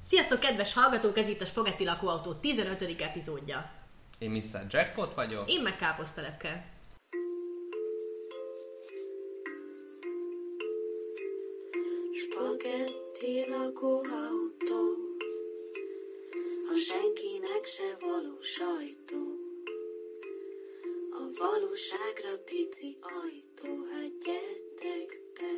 Sziasztok, kedves hallgatók! Ez itt a Spaghetti Lakóautó 15. epizódja. Én Mr. Jackpot vagyok. Én meg Káposztelepke. Spaghetti lakóautó, a senkinek se való sajtó, a valóságra pici ajtó, hát gyertek be.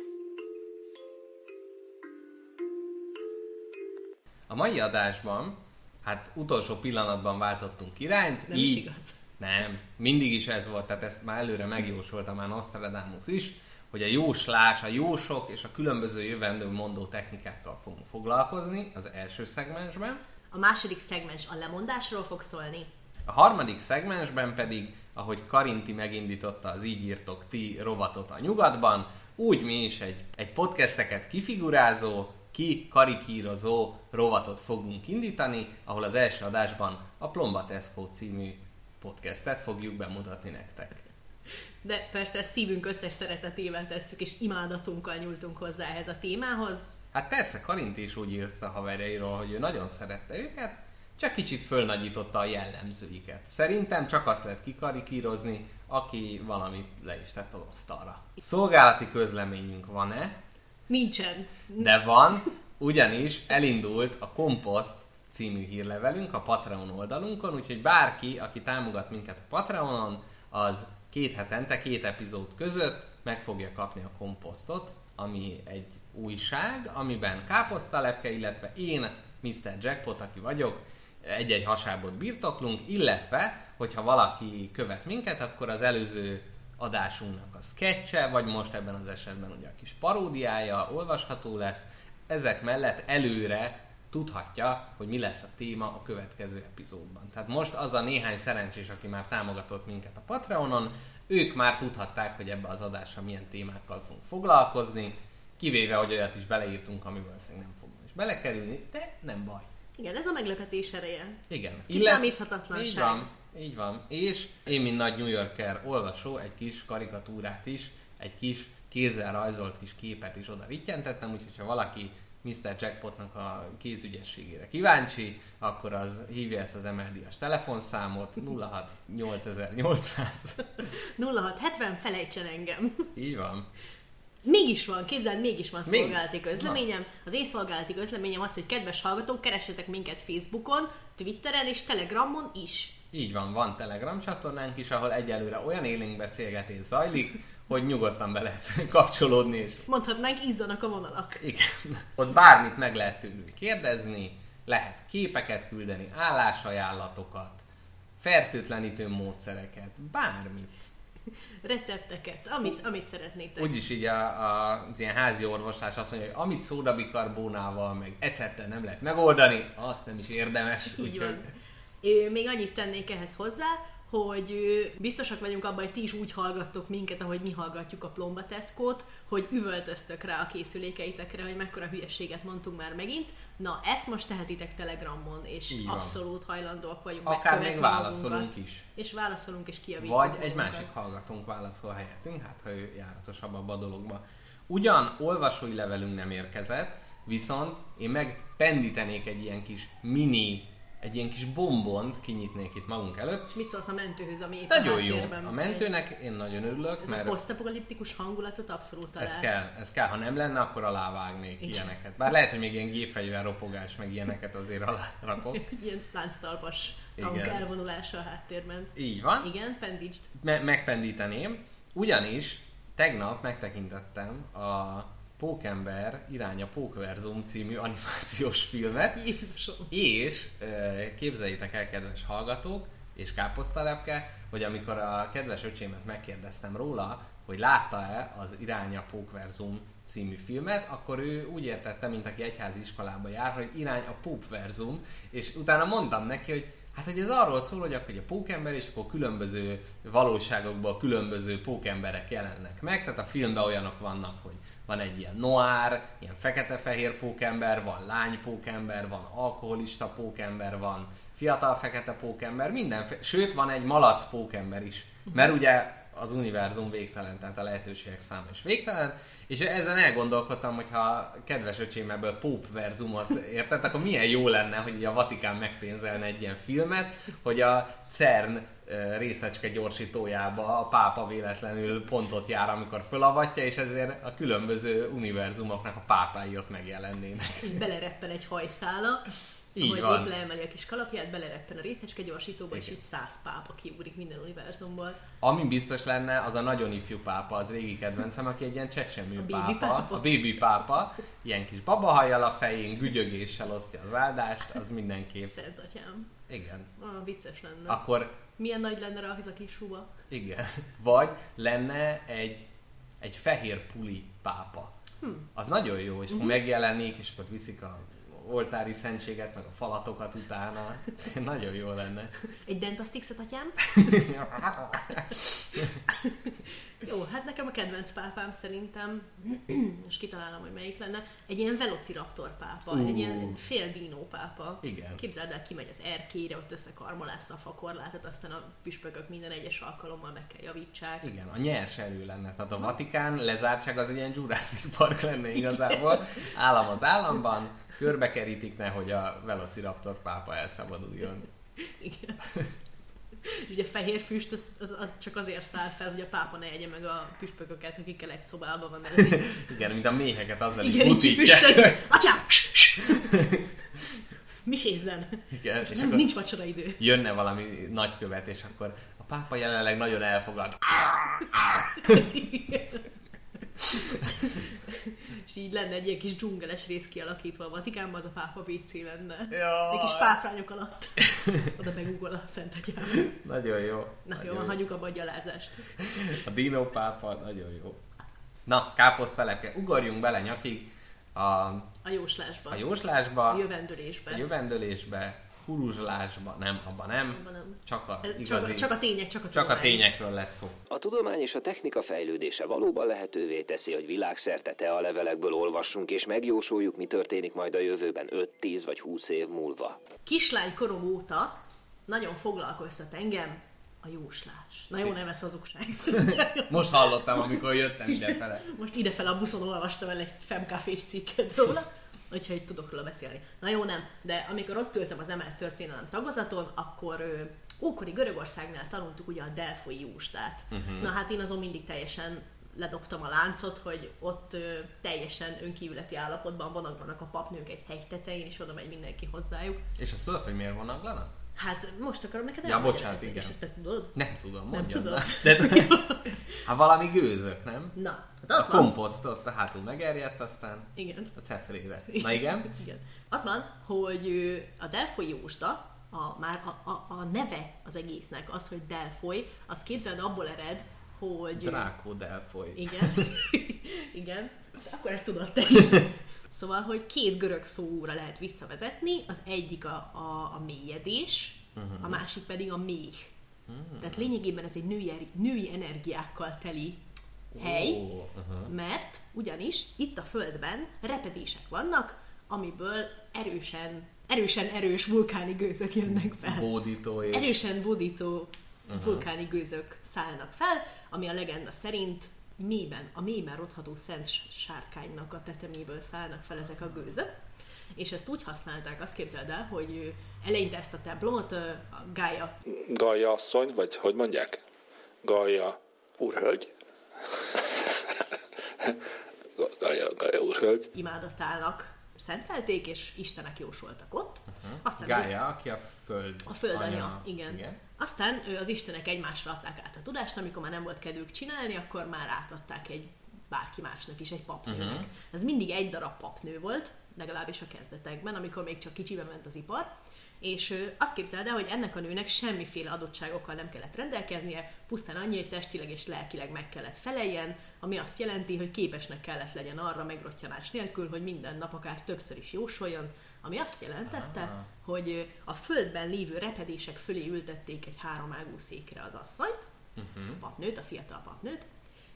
A mai adásban, hát utolsó pillanatban váltottunk irányt. Nem is igaz. Nem, mindig is ez volt, tehát ezt már előre megjósolta már Nostradamus is, hogy a jóslás, a jósok és a különböző jövendőmondó technikákkal fogunk foglalkozni az első szegmensben. A második szegmens a lemondásról fog szólni. A harmadik szegmensben pedig, ahogy Karinti megindította az Így írtok ti rovatot a nyugatban, úgy mi is egy podcasteket kifigurázó, karikírozó rovatot fogunk indítani, ahol az első adásban a Plomba Tesco című podcastet fogjuk bemutatni nektek. De persze ezt szívünk összes szeretetével tesszük, és imádatunkkal nyúltunk hozzá ehhez a témához. Hát persze, Karinti is úgy írt a haverjairól, hogy ő nagyon szerette őket, csak kicsit fölnagyította a jellemzőiket. Szerintem csak azt lehet kikarikírozni, aki valamit le is tett az asztalra. Szolgálati közleményünk van-e? Nincsen. De van, ugyanis elindult a Komposzt című hírlevelünk a Patreon oldalunkon, úgyhogy bárki, aki támogat minket a Patreonon, az 2 hetente, 2 epizód között meg fogja kapni a Komposztot, ami egy újság, amiben Káposztalepke, illetve én, Mr. Jackpot, aki vagyok, egy-egy hasábot birtoklunk, illetve, hogyha valaki követ minket, akkor az előző adásunknak a sketche, vagy most ebben az esetben ugye a kis paródiája olvasható lesz. Ezek mellett előre tudhatja, hogy mi lesz a téma a következő epizódban. Tehát most az a néhány szerencsés, aki már támogatott minket a Patreonon, ők már tudhatták, hogy ebbe az adásra milyen témákkal fogunk foglalkozni, kivéve, hogy olyat is beleírtunk, amiből szerintem nem fogunk is belekerülni, de nem baj. Igen, ez a meglepetés ereje. Igen. Kiszámíthatatlanság. Így van. És én, mint nagy New Yorker olvasó, egy kis karikatúrát is, egy kis kézzel rajzolt kis képet is oda vittyentettem, úgyhogy ha valaki Mr. Jackpotnak a kézügyességére kíváncsi, akkor az hívja ezt az MLD-as telefonszámot 068800. 0670, felejtsen engem. Így van. Mégis van, képzeld, mégis van szolgálati közleményem. Az én szolgálati közleményem az, hogy kedves hallgatók, keressetek minket Facebookon, Twitteren és Telegramon is. Így van Telegram csatornánk is, ahol egyelőre olyan élénk beszélgetés zajlik, hogy nyugodtan be lehet kapcsolódni. És... mondhatnánk, izzanak a vonalak. Igen. Ott bármit meg lehet tőlünk kérdezni, lehet képeket küldeni, állásajánlatokat, fertőtlenítő módszereket, bármit. Recepteket, amit szeretnétek. Úgyis így az ilyen házi orvoslás azt mondja, hogy amit szódabikarbónával, meg ecettel nem lehet megoldani, azt nem is érdemes. Így van. Még annyit tennék ehhez hozzá, hogy biztosak vagyunk abban, hogy ti is úgy hallgattok minket, ahogy mi hallgatjuk a Plomba Tesco-t, hogy üvöltöztök rá a készülékeitekre, hogy mekkora hülyeséget mondtunk már megint. Na, ezt most tehetitek Telegramon, és abszolút hajlandóak vagyunk akár még válaszolunk is. És válaszolunk, és kijavítjuk. Vagy egy másik hallgatónk válaszol helyettünk, hát ha ő járatosabb abba a dologba. Ugyan olvasói levelünk nem érkezett, viszont én megpendítenék egy ilyen kis egy ilyen kis bombont kinyitnék itt magunk előtt. És mit szólsz a mentőhöz, ami itt nagyon a jó. A mentőnek én nagyon örülök, ez mert... a posztapokaliptikus hangulatot abszolút talál. Ez kell. Ha nem lenne, akkor alávágnék ilyeneket. Bár lehet, hogy még ilyen gépfegyver ropogás, meg ilyeneket azért alá rakok. Ilyen lánctalpas tank elvonulása a háttérben. Így van. Igen, pendítsd. Megpendíteném. Ugyanis tegnap megtekintettem a Pókember irány a Pókverzum című animációs filmet. Jézusom! És képzeljétek el, kedves hallgatók, és Káposztalepke, hogy amikor a kedves öcsémet megkérdeztem róla, hogy látta-e az Irány a Pókverzum című filmet, akkor ő úgy értette, mint aki egyházi iskolába jár, hogy irány a Pókverzum, és utána mondtam neki, hogy hát, hogy ez arról szól, hogy akkor a pókember, és akkor különböző valóságokból különböző pókemberek jelennek meg, tehát a filmben olyanok vannak, hogy van egy ilyen noir, ilyen fekete-fehér pókember, van lány pókember, van alkoholista pókember, van fiatal fekete pókember, sőt van egy malac pókember is. Mert ugye az univerzum végtelen, tehát a lehetőségek száma is végtelen, és ezen elgondolkodtam, hogy ha kedves öcsém ebből Pope-verzumot érted, akkor milyen jó lenne, hogy így a Vatikán megpénzelne egy ilyen filmet, hogy a CERN részecske gyorsítójába a pápa véletlenül pontot jár, amikor fölavatja, és ezért a különböző univerzumoknak a pápái ott megjelennének. Belereppen egy hajszála, így hogy van. épp leemeli a kis kalapját, belereppen a részecske gyorsítóba, és itt 100 pápa kiugrik minden univerzumból. Ami biztos lenne, az a nagyon ifjú pápa, az régi kedvencem, aki egy ilyen csecsemő pápa, a baby pápa, ilyen kis babahajjal a fején, gügyögéssel osztja az áldást, az mindenképp. Szent atyám. Igen. Vicces lenne. Akkor Milyen nagy lenne rá az a kis huba? igen. Vagy lenne egy fehér puli pápa. Az nagyon jó, és akkor megjelenik, és akkor viszik a oltári szentséget, meg a falatokat utána. Nagyon jó lenne. Egy Dentastixet, atyám? Jó, hát nekem a kedvenc pápám szerintem, és kitalálom, hogy melyik lenne, egy ilyen velociraptor pápa, egy ilyen fél dínó pápa. Igen. Képzeld el, kimegy az erkélyre, ott összekarmolásza a fakorlátot, aztán a püspökök minden egyes alkalommal meg kell javítsák. Igen, a nyers erő lenne. Tehát a Vatikán lezártság az egy ilyen Jurassic Park lenne igazából. Állam az államban, körbekerítik, nehogy a velociraptor pápa elszabaduljon. Igen. És ugye a fehér füst az csak azért száll fel, hogy a pápa ne egye meg a püspököket, akikkel egy szobában van. Igen, mint a méheket azzal igen, így így butítják. füstöl. Atyám! Misézzen! Igen, és Nem, akkor nincs vacsoraidő. jönne valami nagykövet, és akkor a pápa jelenleg nagyon elfogad. És így lenne egy ilyen kis dzsungeles rész kialakítva a Vatikánban, az a pápa WC lenne. Jaj. Egy kis páfrányok alatt. Oda begugol a Szent Atyám. Nagyon jó. Na nagyon jó, hagyjuk abba a gyalázást. A Dino pápa, nagyon jó. Na, káposztelepke, ugorjunk bele nyakig A jóslásba. a jóslásba, A jövendőlésbe. a jövendőlésbe, huruzslásba, nem, abban nem. Abban nem. Csak a igazi, Csak a tények, csak a csak a tudomány. tényekről lesz szó. A tudomány és a technika fejlődése valóban lehetővé teszi, hogy világszerte tealevelekből olvassunk és megjósoljuk, mi történik majd a jövőben 5-10 vagy 20 év múlva. Kislánykorom óta nagyon foglalkoztat engem a jóslás. Na jó, nem ez hazugság. Most hallottam, amikor jöttem idefele. Most idefele a buszon olvastam el egy Femcafés cikket róla, úgyhogy tudok róla beszélni. Na jó, nem, de amikor ott ültem az emelt történelem tagozaton, akkor ókori Görögországnál tanultuk ugye a delfoi jóslát. Na hát én azon mindig teljesen ledobtam a láncot, hogy ott teljesen önkívületi állapotban vonaglanak a papnők egy hegy tetején, és oda megy mindenki hozzájuk. És azt tudod, hogy miért vonaglanak? Hát most akarom neked Ja, elmagyarázni, bocsánat, igen. és ezt te tudod? Nem tudom, Nem mondjad. tudod. De, hát valami gőzök, nem? Na, hát A az van. komposzt ott a hátul megerjedt, aztán Igen. a cefrére. Na igen? Igen. Az van, hogy a delfoi jósda, a neve az egésznek, az, hogy delfoi, azt képzeld, abból ered, hogy... Drákó delfoi. Igen. Igen. Akkor ezt tudod te is. Szóval, hogy két görög szóra lehet visszavezetni, az egyik a mélyedés, a másik pedig a méh. Tehát lényegében ez egy női energiákkal teli hely, mert ugyanis itt a Földben repedések vannak, amiből erősen erős vulkáni gőzök jönnek fel. Bódító és... Erősen bódító vulkáni gőzök szállnak fel, ami a legenda szerint a mélyben rotható szent sárkánynak a teteméből szállnak fel ezek a gőzök. És ezt úgy használták, azt képzeld el, hogy eleinte ezt a templomot a Gaia asszony, vagy hogy mondják? Gaia úrhölgy. Gaia úrhölgy. imádatának szentelték, és istenek jósoltak ott. Aztán Gaia, aki a föld a földanya, igen. Aztán az istenek egymásra adták át a tudást, amikor már nem volt kedvük csinálni, akkor már átadták egy bárki másnak is, egy papnőnek. Ez mindig egy darab papnő volt, legalábbis a kezdetekben, amikor még csak kicsibe ment az ipar. És azt képzeld el, hogy ennek a nőnek semmiféle adottságokkal nem kellett rendelkeznie, pusztán annyi, hogy testileg és lelkileg meg kellett feleljen, ami azt jelenti, hogy képesnek kellett legyen arra megrottyanás nélkül, hogy minden nap akár többször is jósoljon, ami azt jelentette, hogy a földben lévő repedések fölé ültették egy háromágú székre az asszonyt, a papnőt, a fiatal papnőt,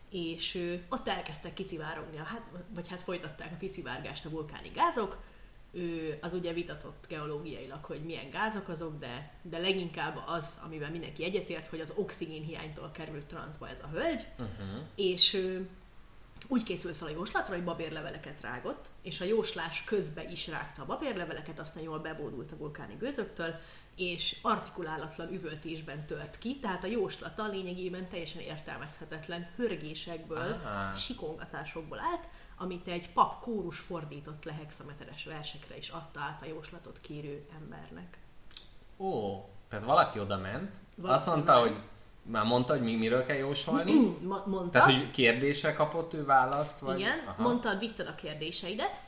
és ott elkezdtek kiszivárogni, vagy folytatták a kiszivárgást a vulkáni gázok, az ugye vitatott geológiailag, hogy milyen gázok azok, de leginkább az, amivel mindenki egyetért, hogy az oxigén hiánytól került transzba ez a hölgy, és úgy készült fel a jóslatra, hogy babérleveleket rágott, és a jóslás közben is rágta a babérleveleket, aztán jól bebódult a vulkáni gőzöktől, és artikulálatlan üvöltésben tört ki, tehát a jóslata lényegében teljesen értelmezhetetlen hörgésekből, sikongatásokból állt, amit egy pap kórus fordított le hexameteres versekre, és adta át a jóslatot kérő embernek. Ó, tehát valaki oda ment, azt mondta, hogy már mondta, hogy miről kell jósolni? Mondta. Tehát, hogy kérdésre kapott ő választ? Vagy? Igen, mondta, vitted a kérdéseidet,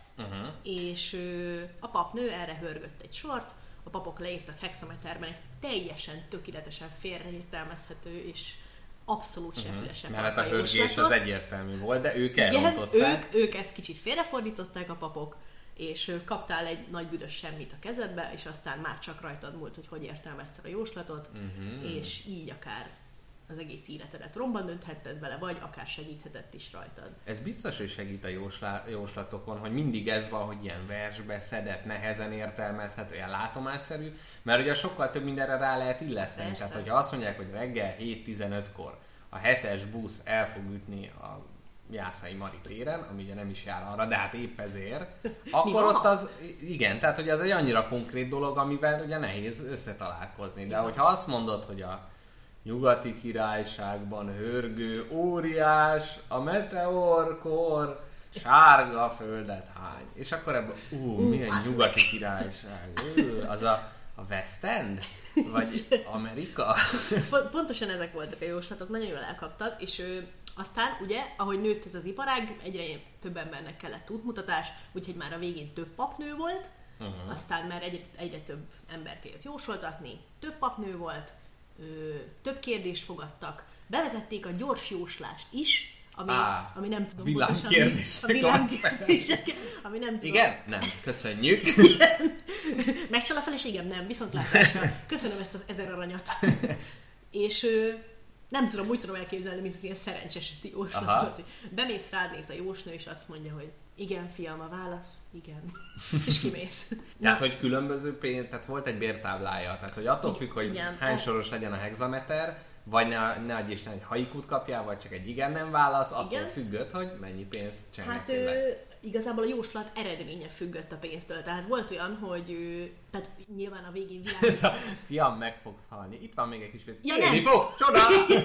és a papnő erre hörgött egy sort, a papok leírtak hexameterben egy teljesen tökéletesen félreértelmezhető és abszolút semmilyen mert a hörgés az egyértelmű volt, de ők elrontották. Ők ezt kicsit félrefordították a papok, és kaptál egy nagy büdös semmit a kezedbe, és aztán már csak rajtad múlt, hogy értelmezted a jóslatot, és így akár az egész életedet romban dönthetted vele, vagy akár segíthetett is rajtad. Ez biztos, hogy segít a jóslatokon, hogy mindig ez van, hogy ilyen versbe szedett, nehezen értelmezhető, ilyen látomásszerű, mert ugye sokkal több mindenre rá lehet illeszteni. Persze. Tehát, hogyha azt mondják, hogy reggel 7:15-kor a 7-es busz el fog ütni a Jászai Mari téren, ami ugye nem is jár arra, de hát épp ezért, akkor ott az, igen, tehát hogy az egy annyira konkrét dolog, amivel ugye nehéz összetalálkozni. De hogyha azt mondod, hogy a Nyugati Királyságban hörgő óriás, a meteorkor sárga földet hány. És akkor ebből, milyen Nyugati Királyság? Az a West End? Vagy Amerika? Pontosan ezek voltak a jóslatok, nagyon jól elkaptad, és aztán ugye, ahogy nőtt ez az iparág, egyre több embernek kellett útmutatás, úgyhogy már a végén több papnő volt, aztán már egyre több ember kellett jósoltatni, több papnő volt, több kérdést fogadtak, bevezették a gyors jóslást is, ami nem tudom villámkérdések. Ami nem tudom. Igen? Nem. Köszönjük. Megcsal a feleségem? Nem. Viszontlátásra. Köszönöm ezt az 1000 aranyat. És nem tudom, úgy tudom elképzelni, mint az ilyen szerencseseti jóslatot. Bemész, rád néz a jósnő, és azt mondja, hogy igen, fiam, a válasz, igen. És kimész. Tehát, hogy különböző pénz, tehát volt egy bértáblája, tehát, hogy attól függ, hogy igen, hány soros legyen a hexameter, vagy ne adj Isten, egy haikút kapjál, vagy csak egy igen-nem válasz, attól függött, hogy mennyi pénzt csinálják. Hát igazából a jóslat eredménye függött a pénztől. Tehát volt olyan, hogy tehát nyilván a végén Ez a fiam, meg fogsz halni. Itt van még egy kis pénz. Ja, élni fogsz, csoda!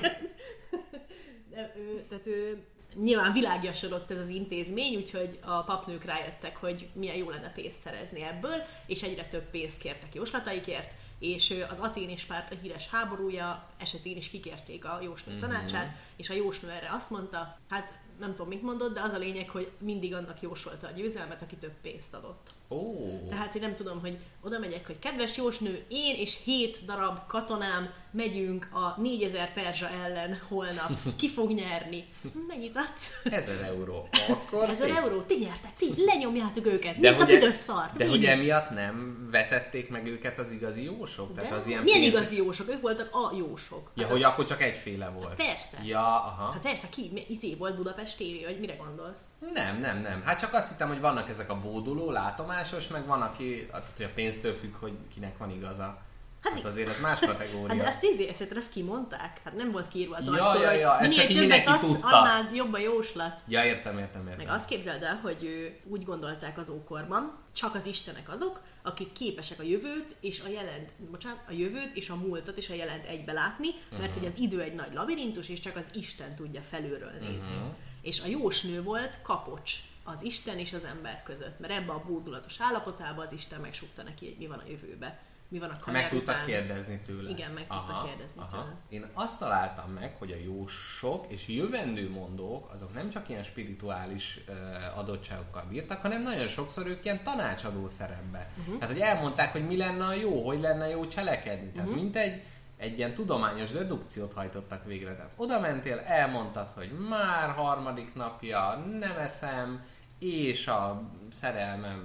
Tehát nyilván világiasodott ez az intézmény, úgyhogy a papnők rájöttek, hogy milyen jó lenne pénzt szerezni ebből, és egyre több pénzt kértek jóslataikért, és az athéni Spárta híres háborúja esetén is kikérték a jósnő tanácsát, és a jósnő erre azt mondta, hát nem tudom, mit mondott, de az a lényeg, hogy mindig annak jósolta a győzelmet, aki több pénzt adott. Tehát, hogy nem tudom, hogy oda megyek, hogy kedves jósnő, én és 7 darab katonám megyünk a 4000 perzsa ellen holnap. Ki fog nyerni? Mennyit adsz? 1000 euró. Akkor 1000 euró? Ti nyertek, ti lenyomjátok őket. De mint a büdös szar. De hogy emiatt nem vetették meg őket az igazi jósok? Tehát az ilyen milyen igazi jósok? Ők voltak a jósok. Ja, hogy akkor csak egyféle volt. Hát persze. Ja, aha. Hát persze, ki? Volt Budapest TV, vagy mire gondolsz? Nem. Hát csak azt hittem, hogy vannak ezek a bóduló, látomásos, meg van, aki, hogy a pénztől függ, hogy kinek van igaza. Hát azért ez más kategória. Hát de azt kimondták? Hát nem volt kiírva az ajtóra, hogy minél többet adsz, annál jobb a jóslat. Ja, értem. Meg azt képzeld el, hogy úgy gondolták az ókorban, csak az istenek azok, akik képesek a jövőt és a jövőt és a múltat és a jelent egybe látni, mert hogy az idő egy nagy labirintus, és csak az Isten tudja felülről nézni. És a jósnő volt kapocs az Isten és az ember között, mert ebbe a bódulatos állapotában az Isten megsúgta neki, hogy mi van a jövőbe. Mi van a kanyar meg tudtak után. kérdezni tőle. Igen, meg tudtak kérdezni tőle. Én azt találtam meg, hogy a jósok és jövendőmondók, azok nem csak ilyen spirituális adottságokkal bírtak, hanem nagyon sokszor ők ilyen tanácsadó szerepbe. Tehát, hogy elmondták, hogy mi lenne a jó, hogy lenne jó cselekedni. Tehát mint egy ilyen tudományos dedukciót hajtottak végre. Tehát oda mentél, elmondtad, hogy már 3. napja nem eszem, és a szerelmem egy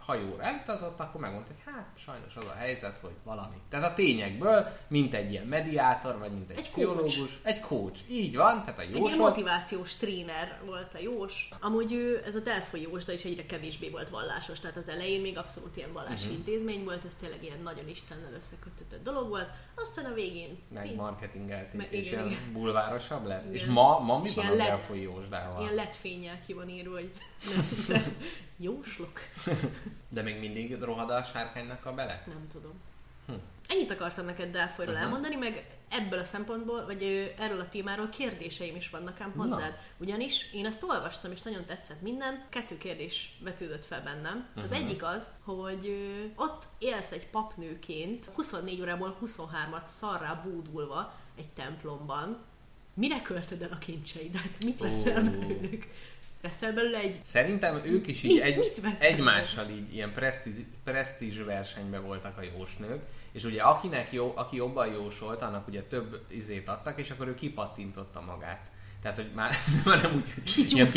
hajóra elutazott, akkor megmondta, hogy hát sajnos az a helyzet, hogy valami. Tehát a tényekből, mint egy ilyen mediátor, vagy mint egy pszichológus, egy coach. Így van, tehát a Jós egy motivációs tréner volt a Jós. Amúgy ő, ez a Delfoi Jósda is egyre kevésbé volt vallásos, tehát az elején még abszolút ilyen vallási intézmény volt, ez tényleg ilyen nagyon Istennel összeköttetett dolog volt, aztán a végén... Meg marketingelték, és ilyen igen. bulvárosabb lett. Igen. És ma mi És van a ilyen Delfoi Jósdával? Ilyen lett fénnyel ki van írva, hogy jóslok. De még mindig rohad a sárkánynak a bele? Nem tudom. Ennyit akartam neked Delfoiról elmondani, meg ebből a szempontból, vagy erről a témáról kérdéseim is vannak ám hozzád. Ugyanis én ezt olvastam, és nagyon tetszett minden. 2 kérdés vetődött fel bennem. Az egyik az, hogy ott élsz egy papnőként, 24 órából 23-at szarrá búdulva egy templomban. Mire költöd el a kincseidet? Mit veszel belőlük? Veszel belőle egy... Szerintem ők is így egymással belőle? így ilyen presztízs versenyben voltak a jósnők, és ugye aki jobban jósolt, annak ugye több izét adtak, és akkor ő kipattintotta magát. Tehát, hogy már nem úgy, ilyen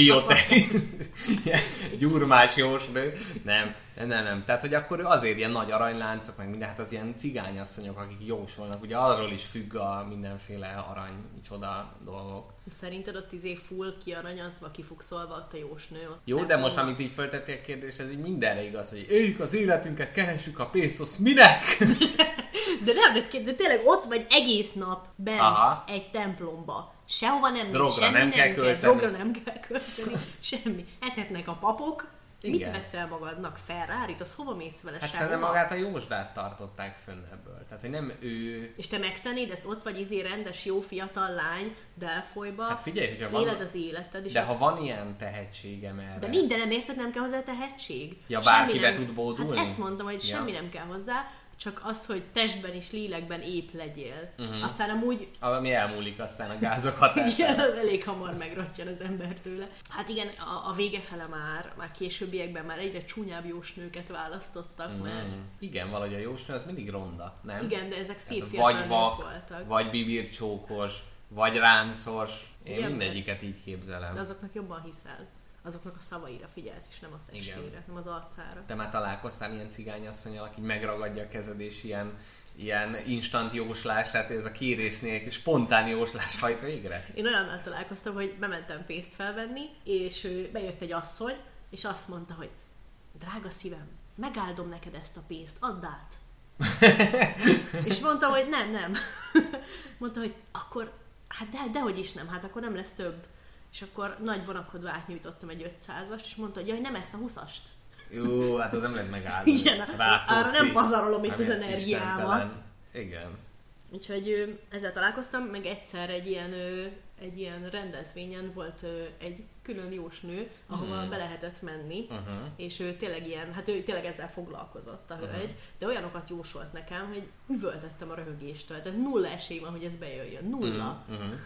gyurmás jósnő. Nem. Tehát, hogy akkor ő azért ilyen nagy aranyláncok, meg minden, hát az ilyen cigányasszonyok, akik jósolnak, ugye arról is függ a mindenféle arany, csoda dolgok. Szerinted ott full kiaranyazva, kifukszolva ott a jósnő? Ott jó, de most, amit így föltettél a kérdés, ez így mindenre igaz, hogy éljük az életünket, keressük a pénzt, az minek? De nem, de tényleg ott vagy egész nap bent egy templomba. Sehova nem mész, drogra semmi nem kell költeni. Drogra nem kell költeni, semmi. Etetnek a papok. Igen. Mit veszel magadnak? Ferrarit? Az hova mész vele? Hát sehova? szerintem magát a jósdát tartották fönn ebből. Tehát, hogy nem ő... És te megtennéd ezt? Ott vagy rendes, jó fiatal lány Delfoiba. Hát figyelj, hogyha van... Éled az életed. És de ha van ilyen tehetségem erre... De minden nem érted, nem kell hozzá tehetség. Ja, bárki be tud bódulni? Hát ezt mondtam, hogy semmi nem kell hozzá, csak az, hogy testben és lélekben épp legyél. Aztán amúgy... Ami elmúlik aztán a gázok hatására. Igen, az elég hamar megrottyan az ember tőle. Hát igen, a vége fele már későbbiekben már egyre csúnyább jósnőket választottak, mert... Igen, valahogy a jósnő az mindig ronda, nem? Igen, de ezek szép vagy fiatal vak, voltak. vagy bibircsókos, vagy ráncos. Én Igen, mindegyiket így képzelem. De azoknak jobban hiszel. Azoknak a szavaira figyelsz, és nem a testére, Igen. nem az arcára. Te már találkoztál ilyen cigányasszonnyal, aki megragadja a kezed, és ilyen instant jóslás, hát ez a kérés nélkül spontán jóslás hajt végre? Én olyannal találkoztam, hogy bementem pénzt felvenni, és bejött egy asszony, és azt mondta, hogy drága szívem, megáldom neked ezt a pénzt, add át. És mondtam, hogy nem. Mondta, hogy akkor, hát dehogy is nem, hát akkor nem lesz több. És akkor nagy vonakodva átnyújtottam egy 500-ast, és mondta, hogy jaj, nem ezt a 20-ast. Jó, hát az nem lehet megállni. Igen, arra nem pazarolom itt az energiámat. Istentelen. Igen. Úgyhogy ezzel találkoztam, meg egyszer egy ilyen rendezvényen volt egy külön jósnő, ahova be lehetett menni, és ő tényleg ő tényleg ezzel foglalkozott a hölgy, de olyanokat jósolt nekem, hogy üvöltettem a röhögéstől, tehát 0 esély van, hogy ez bejöjjön, 0.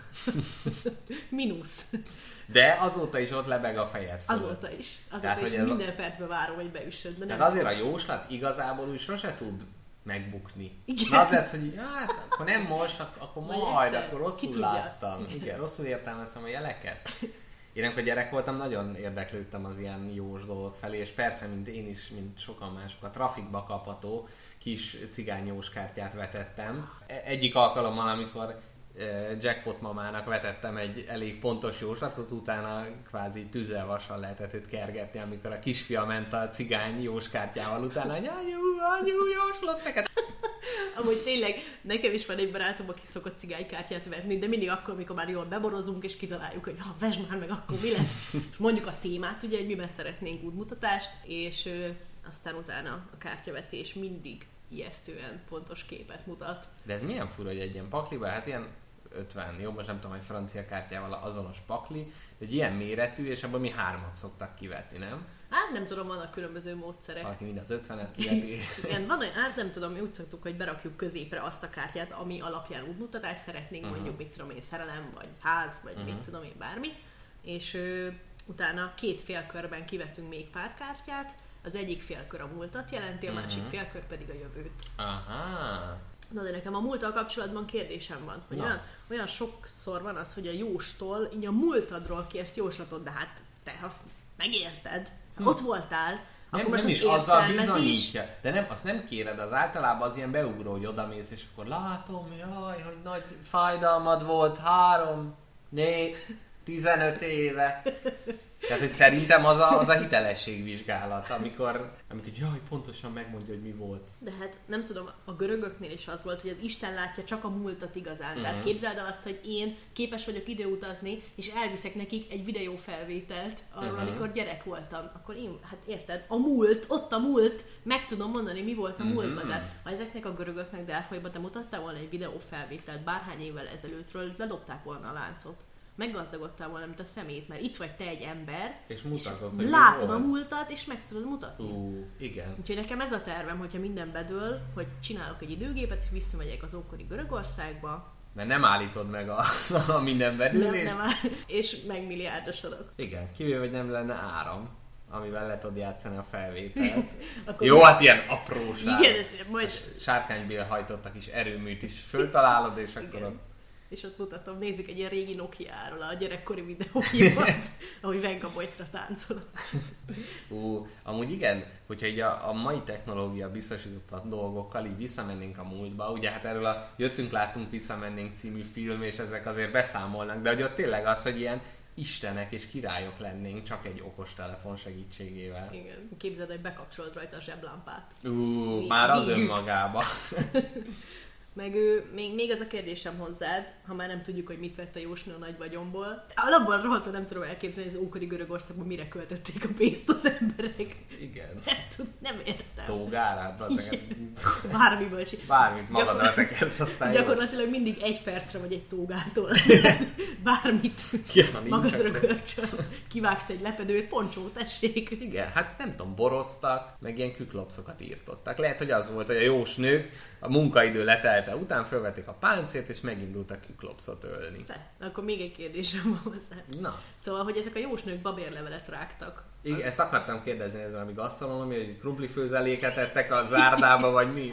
Mínusz. De azóta is ott lebeg a fejed fölött. Azóta is Tehát, hogy ez minden percben várom, hogy beüssöd. De tehát nem azért a jóslat igazából úgy sose tud megbukni. Igen. Na az lesz, hogy hát, akkor nem most, akkor majd, egyszer. akkor Ki rosszul tudja. láttam. Igen, rosszul értelmeztem a jeleket. Én amikor gyerek voltam, nagyon érdeklődtem az ilyen jós dolgok felé, és persze, mint én is, mint sokan mások, a trafikba kapható kis cigányjós kártyát vetettem. Egyik alkalommal, amikor Jackpot mamának vetettem egy elég pontos jóslatot, utána kvázi tüzelvassal lehetett őt kergetni, amikor a kisfia ment a cigány jóskártyával utána, hogy anyu, jóslott neked. Amúgy tényleg, nekem is van egy barátom, aki szokott cigánykártyát venni, de mindig akkor, amikor már jól beborozunk, és kitaláljuk, hogy vesd már meg, akkor mi lesz. És mondjuk a témát, ugye, hogy miben szeretnénk útmutatást, és aztán utána a kártyavetés mindig ijesztően pontos képet mutat. De ez milyen fura, hogy egy ilyen pakliba, hát ilyen 50, jó, most nem tudom, hogy francia kártyával azonos pakli, egy ilyen méretű, és abban mi 3-at szoktak kivetni, nem? Hát nem tudom, vannak különböző módszerek. Valaki mind az 50-et kiveti. Igen, hát nem tudom, mi úgy szoktuk, hogy berakjuk középre azt a kártyát, ami alapján útmutatást szeretnénk, mondjuk, mit tudom én, szerelem, vagy ház, vagy mit tudom én, bármi. És utána 2 félkörben kivetünk még pár kártyát, az egyik félkör a múltat jelenti, a másik félkör pedig a jövőt. Aha. Na de nekem a múlttal kapcsolatban kérdésem van, hogy olyan sokszor van az, hogy a jóstól, így a múltadról kérsz jóslatot, de hát te azt megérted, ott voltál, Nem, most nem az is azzal értelmezés- bizonyítja. De nem, azt nem kéred, az általában az ilyen beugró, hogy odamész, és akkor látom, jaj, hogy nagy fájdalmad volt 3, 4, 15 éve. Tehát, hogy szerintem az a hitelességvizsgálat, amikor jaj, pontosan megmondja, hogy mi volt. De hát nem tudom, a görögöknél is az volt, hogy az Isten látja csak a múltat igazán. Tehát képzeld el azt, hogy én képes vagyok időutazni, és elviszek nekik egy videófelvételt arról, amikor gyerek voltam. Akkor én, hát érted, ott a múlt, meg tudom mondani, mi volt a múltban. De ha ezeknek a görögöknek Delfolyban te mutattál volna egy videófelvételt bárhány évvel ezelőttről, ledobták volna a láncot. Meggazdagodtál volna, mint a szemét, mert itt vagy te egy ember, És mutatod, hogy látod mi a volt. múltat, és meg tudod mutatni. Igen. Úgyhogy nekem ez a tervem, hogyha minden bedől, hogy csinálok egy időgépet, és visszamegyek az ókori Görögországba. Mert nem állítod meg a minden belülést. És megmilliárdosodok. Igen, kivéve, hogy nem lenne áram, amivel le tud játszani a felvételt. Akkor Jó, hát ilyen apróság. igen, ez majd... Sárkánybél hajtottak is erőműt is föltalálod, és akkor Igen. ott... És ott mutatom, nézzük egy ilyen régi Nokia-ról a gyerekkori videóimat, ahogy Venga Boys-ra táncolok. Amúgy igen, hogyha így a mai technológia biztosította dolgokkal így visszamennénk a múltba, ugye hát erről a Jöttünk, láttunk, visszamennénk című film, és ezek azért beszámolnak, de hogy ott tényleg az, hogy ilyen istenek és királyok lennénk csak egy okostelefon segítségével. Igen, képzeld, hogy bekapcsolod rajta a zseblámpát. Már az Végük. önmagában. Meg még az a kérdésem hozzád, ha már nem tudjuk, hogy mit vett a jósnő a nagy vagyomból. Alapból rohadtul nem tudom elképzelni, hogy az ókori Görögországban mire költötték a pénzt az emberek. Igen. Nem értem. Tógárát, Bármiből csinál. bármit magadra tekersz, aztán jó. Gyakorlatilag mindig egy percre vagy egy tógától. Bármit Ja, nincs magadra akkor. kölcsön. Kivágsz egy lepedőt, poncsó, tessék. Igen, hát nem tudom, boroztak, meg ilyen küklopszokat írtottak. Lehet, hogy az volt, hogy a jósnők a munkaidő letelte után felvették a páncélt, és megindultak küklopszot ölni. De, akkor még egy kérdésem van hozzá. Na, Szóval, hogy ezek a jósnők babérlevelet rágtak. igen, ezt akartam kérdezni, ez valami gasztronómia, hogy krumplifőzeléket ettek a zárdába, vagy mi?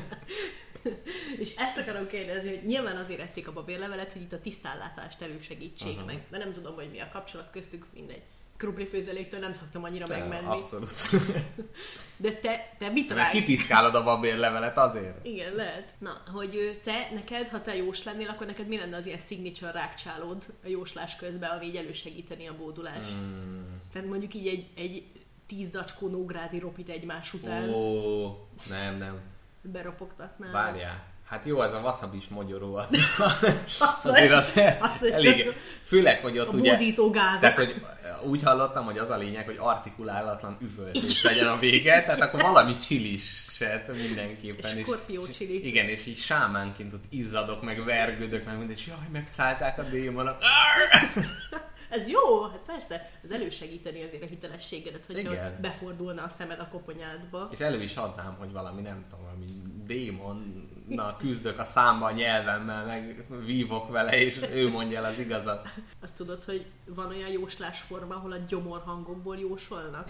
És ezt akarom kérdezni, hogy nyilván azért ették a babérlevelet, hogy itt a tisztállátást elősegítsék meg. De nem tudom, hogy mi a kapcsolat köztük, mindegy. Krumplifőzeléktől nem szoktam annyira megmenni. Abszolút. De te mit Mert rág? kipiszkálod a babérlevelet azért. Igen, lehet. Na, hogy neked, ha te jós lennél, akkor neked mi lenne az ilyen signature rákcsálód a jóslás közben, ami így elősegíteni a bódulást? Tehát mondjuk így egy 10 zacskó nógrádi ropit egymás után Nem. beropogtatnál. Várjál. Hát jó, ez a wasabi-s mogyoró, azért az elég. Főleg, hogy ott a ugye... módító gázok. Tehát, hogy úgy hallottam, hogy az a lényeg, hogy artikulálatlan üvöltés legyen a vége, tehát akkor valami csiliset mindenképpen. Skorpió csilit. Igen, és így sámánként ott izzadok, meg vergődök, meg minden, és jaj, megszállták a démonok. Ez jó, hát persze. Ez elősegíteni azért a hitelességedet, hogyha Igen. befordulna a szemed a koponyádba. És elő is adnám, hogy valami, nem tudom, valami démonnal küzdök a számba a nyelvemmel, meg vívok vele, és ő mondja el az igazat. Azt tudod, hogy van olyan jóslásforma, ahol a gyomor hangokból jósolnak?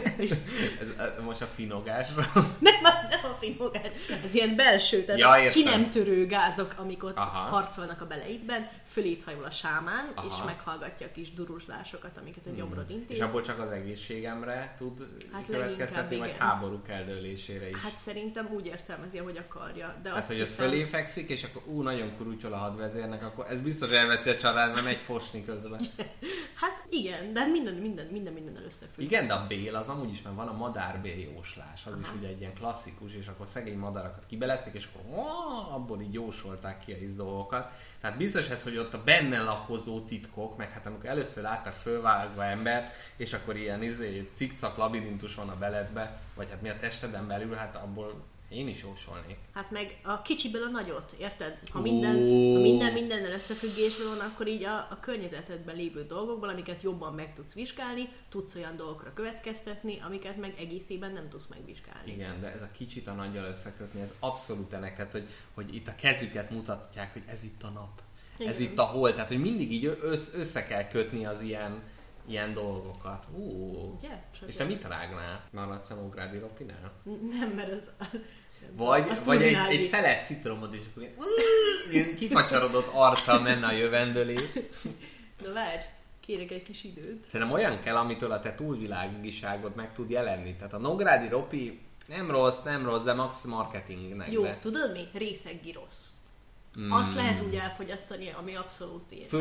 Ez most a finogásról. Nem a finogás. Ez ilyen belső, tehát Ja, ki értem. nem törő gázok, amik ott Aha. harcolnak a beleidben, fölét hajol a sámán, Aha. és meghallgatja a kis duruzslásokat, amiket a gyomrod intéz. És abból csak az egészségemre tud Hát következtetni, vagy leginkább háború eldőlésére is. Hát szerintem úgy értelmezi, ahogy akarja. De Tehát, azt hogy az hiszem, fölé fekszik, és akkor nagyon kurutyol a hadvezérnek, akkor ez biztos elveszi a család, mert megy fosni közben. Hát igen, de minden összefügg. Igen, de a bél az amúgy is, mert van a madárbél jóslás, az is ugye egy ilyen klasszikus, és akkor szegény madarakat kibelezték, és akkor abból így jósolták ki a dolgokat. Tehát biztos ez, hogy ott a benne lakozó titkok, meg hát amikor először láttak fölvágva ember, és akkor ilyen cikcak labirintus van a beledbe, vagy hát mi a testeden belül, hát abból én is jósolnék. Hát meg a kicsiből a nagyot, érted? Ha mindennel összefüggésben van, akkor így a környezetedben lévő dolgokból, amiket jobban meg tudsz vizsgálni, tudsz olyan dolgokra következtetni, amiket meg egészében nem tudsz megvizsgálni. Igen, de ez a kicsit a nagyjal összekötni, ez abszolút ennek, tehát hogy itt a kezüket mutatják, hogy ez itt a nap, ez Igen. itt a hold, tehát hogy mindig így össze kell kötni az ilyen dolgokat. Ugye? És te mit rágnál? Maradsz a nógrádi ropinál? Nem, mert az... Vagy egy szelet citromod, és akkor ilyen kifacsarodott arccal menne a jövendőlés. Na várj, Kérek egy kis időt. Szerintem olyan kell, amitől a te túlvilágiságod meg tud jelenni. Tehát a Nógrádi Ropi nem rossz, de max marketingnek. Jó, de. tudod mi? Részeg rossz. Azt lehet úgy elfogyasztani, ami abszolút ilyen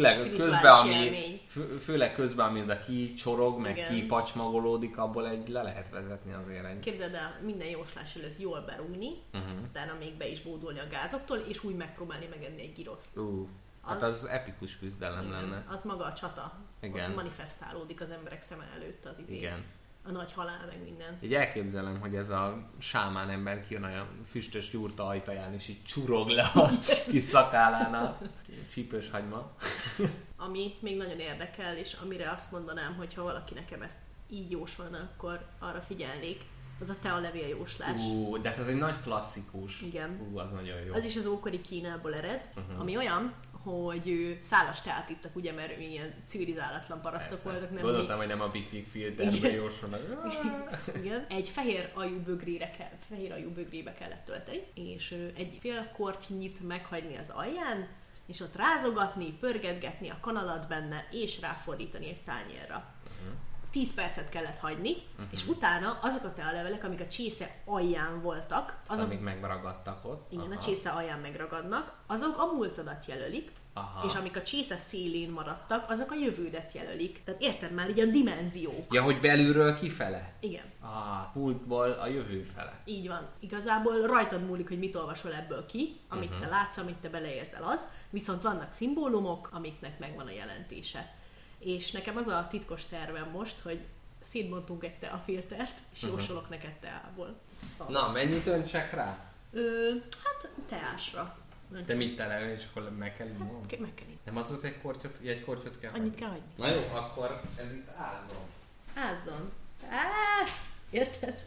Főleg közben, ami oda kicsorog, meg igen. kipacsmagolódik, abból le lehet vezetni azért egy. Képzeld el, minden jóslás előtt jól berúgni, utána még be is bódulni a gázoktól, és úgy megpróbálni megenni egy giroszt. Hát az epikus küzdelem igen, lenne. Az maga a csata. Igen. Manifestálódik az emberek szeme előtt az idén. Igen. A nagy halál, meg minden. Így elképzelem, hogy ez a sámán ember kijön a füstös jurta ajtaján, és így csurog le a kis szakálán a csípős hagyma. Ami még nagyon érdekel, és amire azt mondanám, hogy ha valaki nekem ezt így jósolna, akkor arra figyelnék, az a tealevél jóslás. De hát ez egy nagy klasszikus. Igen. Az nagyon jó. Az is az ókori Kínából ered, ami olyan, hogy szálas teát ittak, ugye, mert ilyen civilizálatlan parasztok voltak. Nem gondoltam, hogy nem a Big filterbe jósolnak. Igen. Egy fehér ajú bögrébe kellett tölteni, és egy fél kortynyit meghagyni az alján, és ott rázogatni, pörgetgetni a kanalat benne, és ráfordítani egy tányérra. 10 percet kellett hagyni, és utána azok a tealevelek, amik a csésze alján voltak, amik megragadtak ott. Igen, a csésze alján megragadnak, azok a múltadat jelölik, és amik a csésze szélén maradtak, azok a jövődet jelölik. Tehát érted már, így a dimenziók. Ja, hogy belülről kifele? Igen. Múltból a jövő fele. Így van. Igazából rajtad múlik, hogy mit olvasol ebből ki, amit te látsz, amit te beleérzel az, viszont vannak szimbólumok, amiknek megvan a jelentése. És nekem az a titkos tervem most, hogy szétbontunk egy teafiltert, és jósolok neked teából. Na, mennyit öntsek rá? Hát teásra. Te mit tele, és akkor meg kell inni? Meg kell inni. Nem az volt egy kortyot kell Annyit kell hagyni. Na jó, akkor ez itt ázzon. Ázzon. Érted?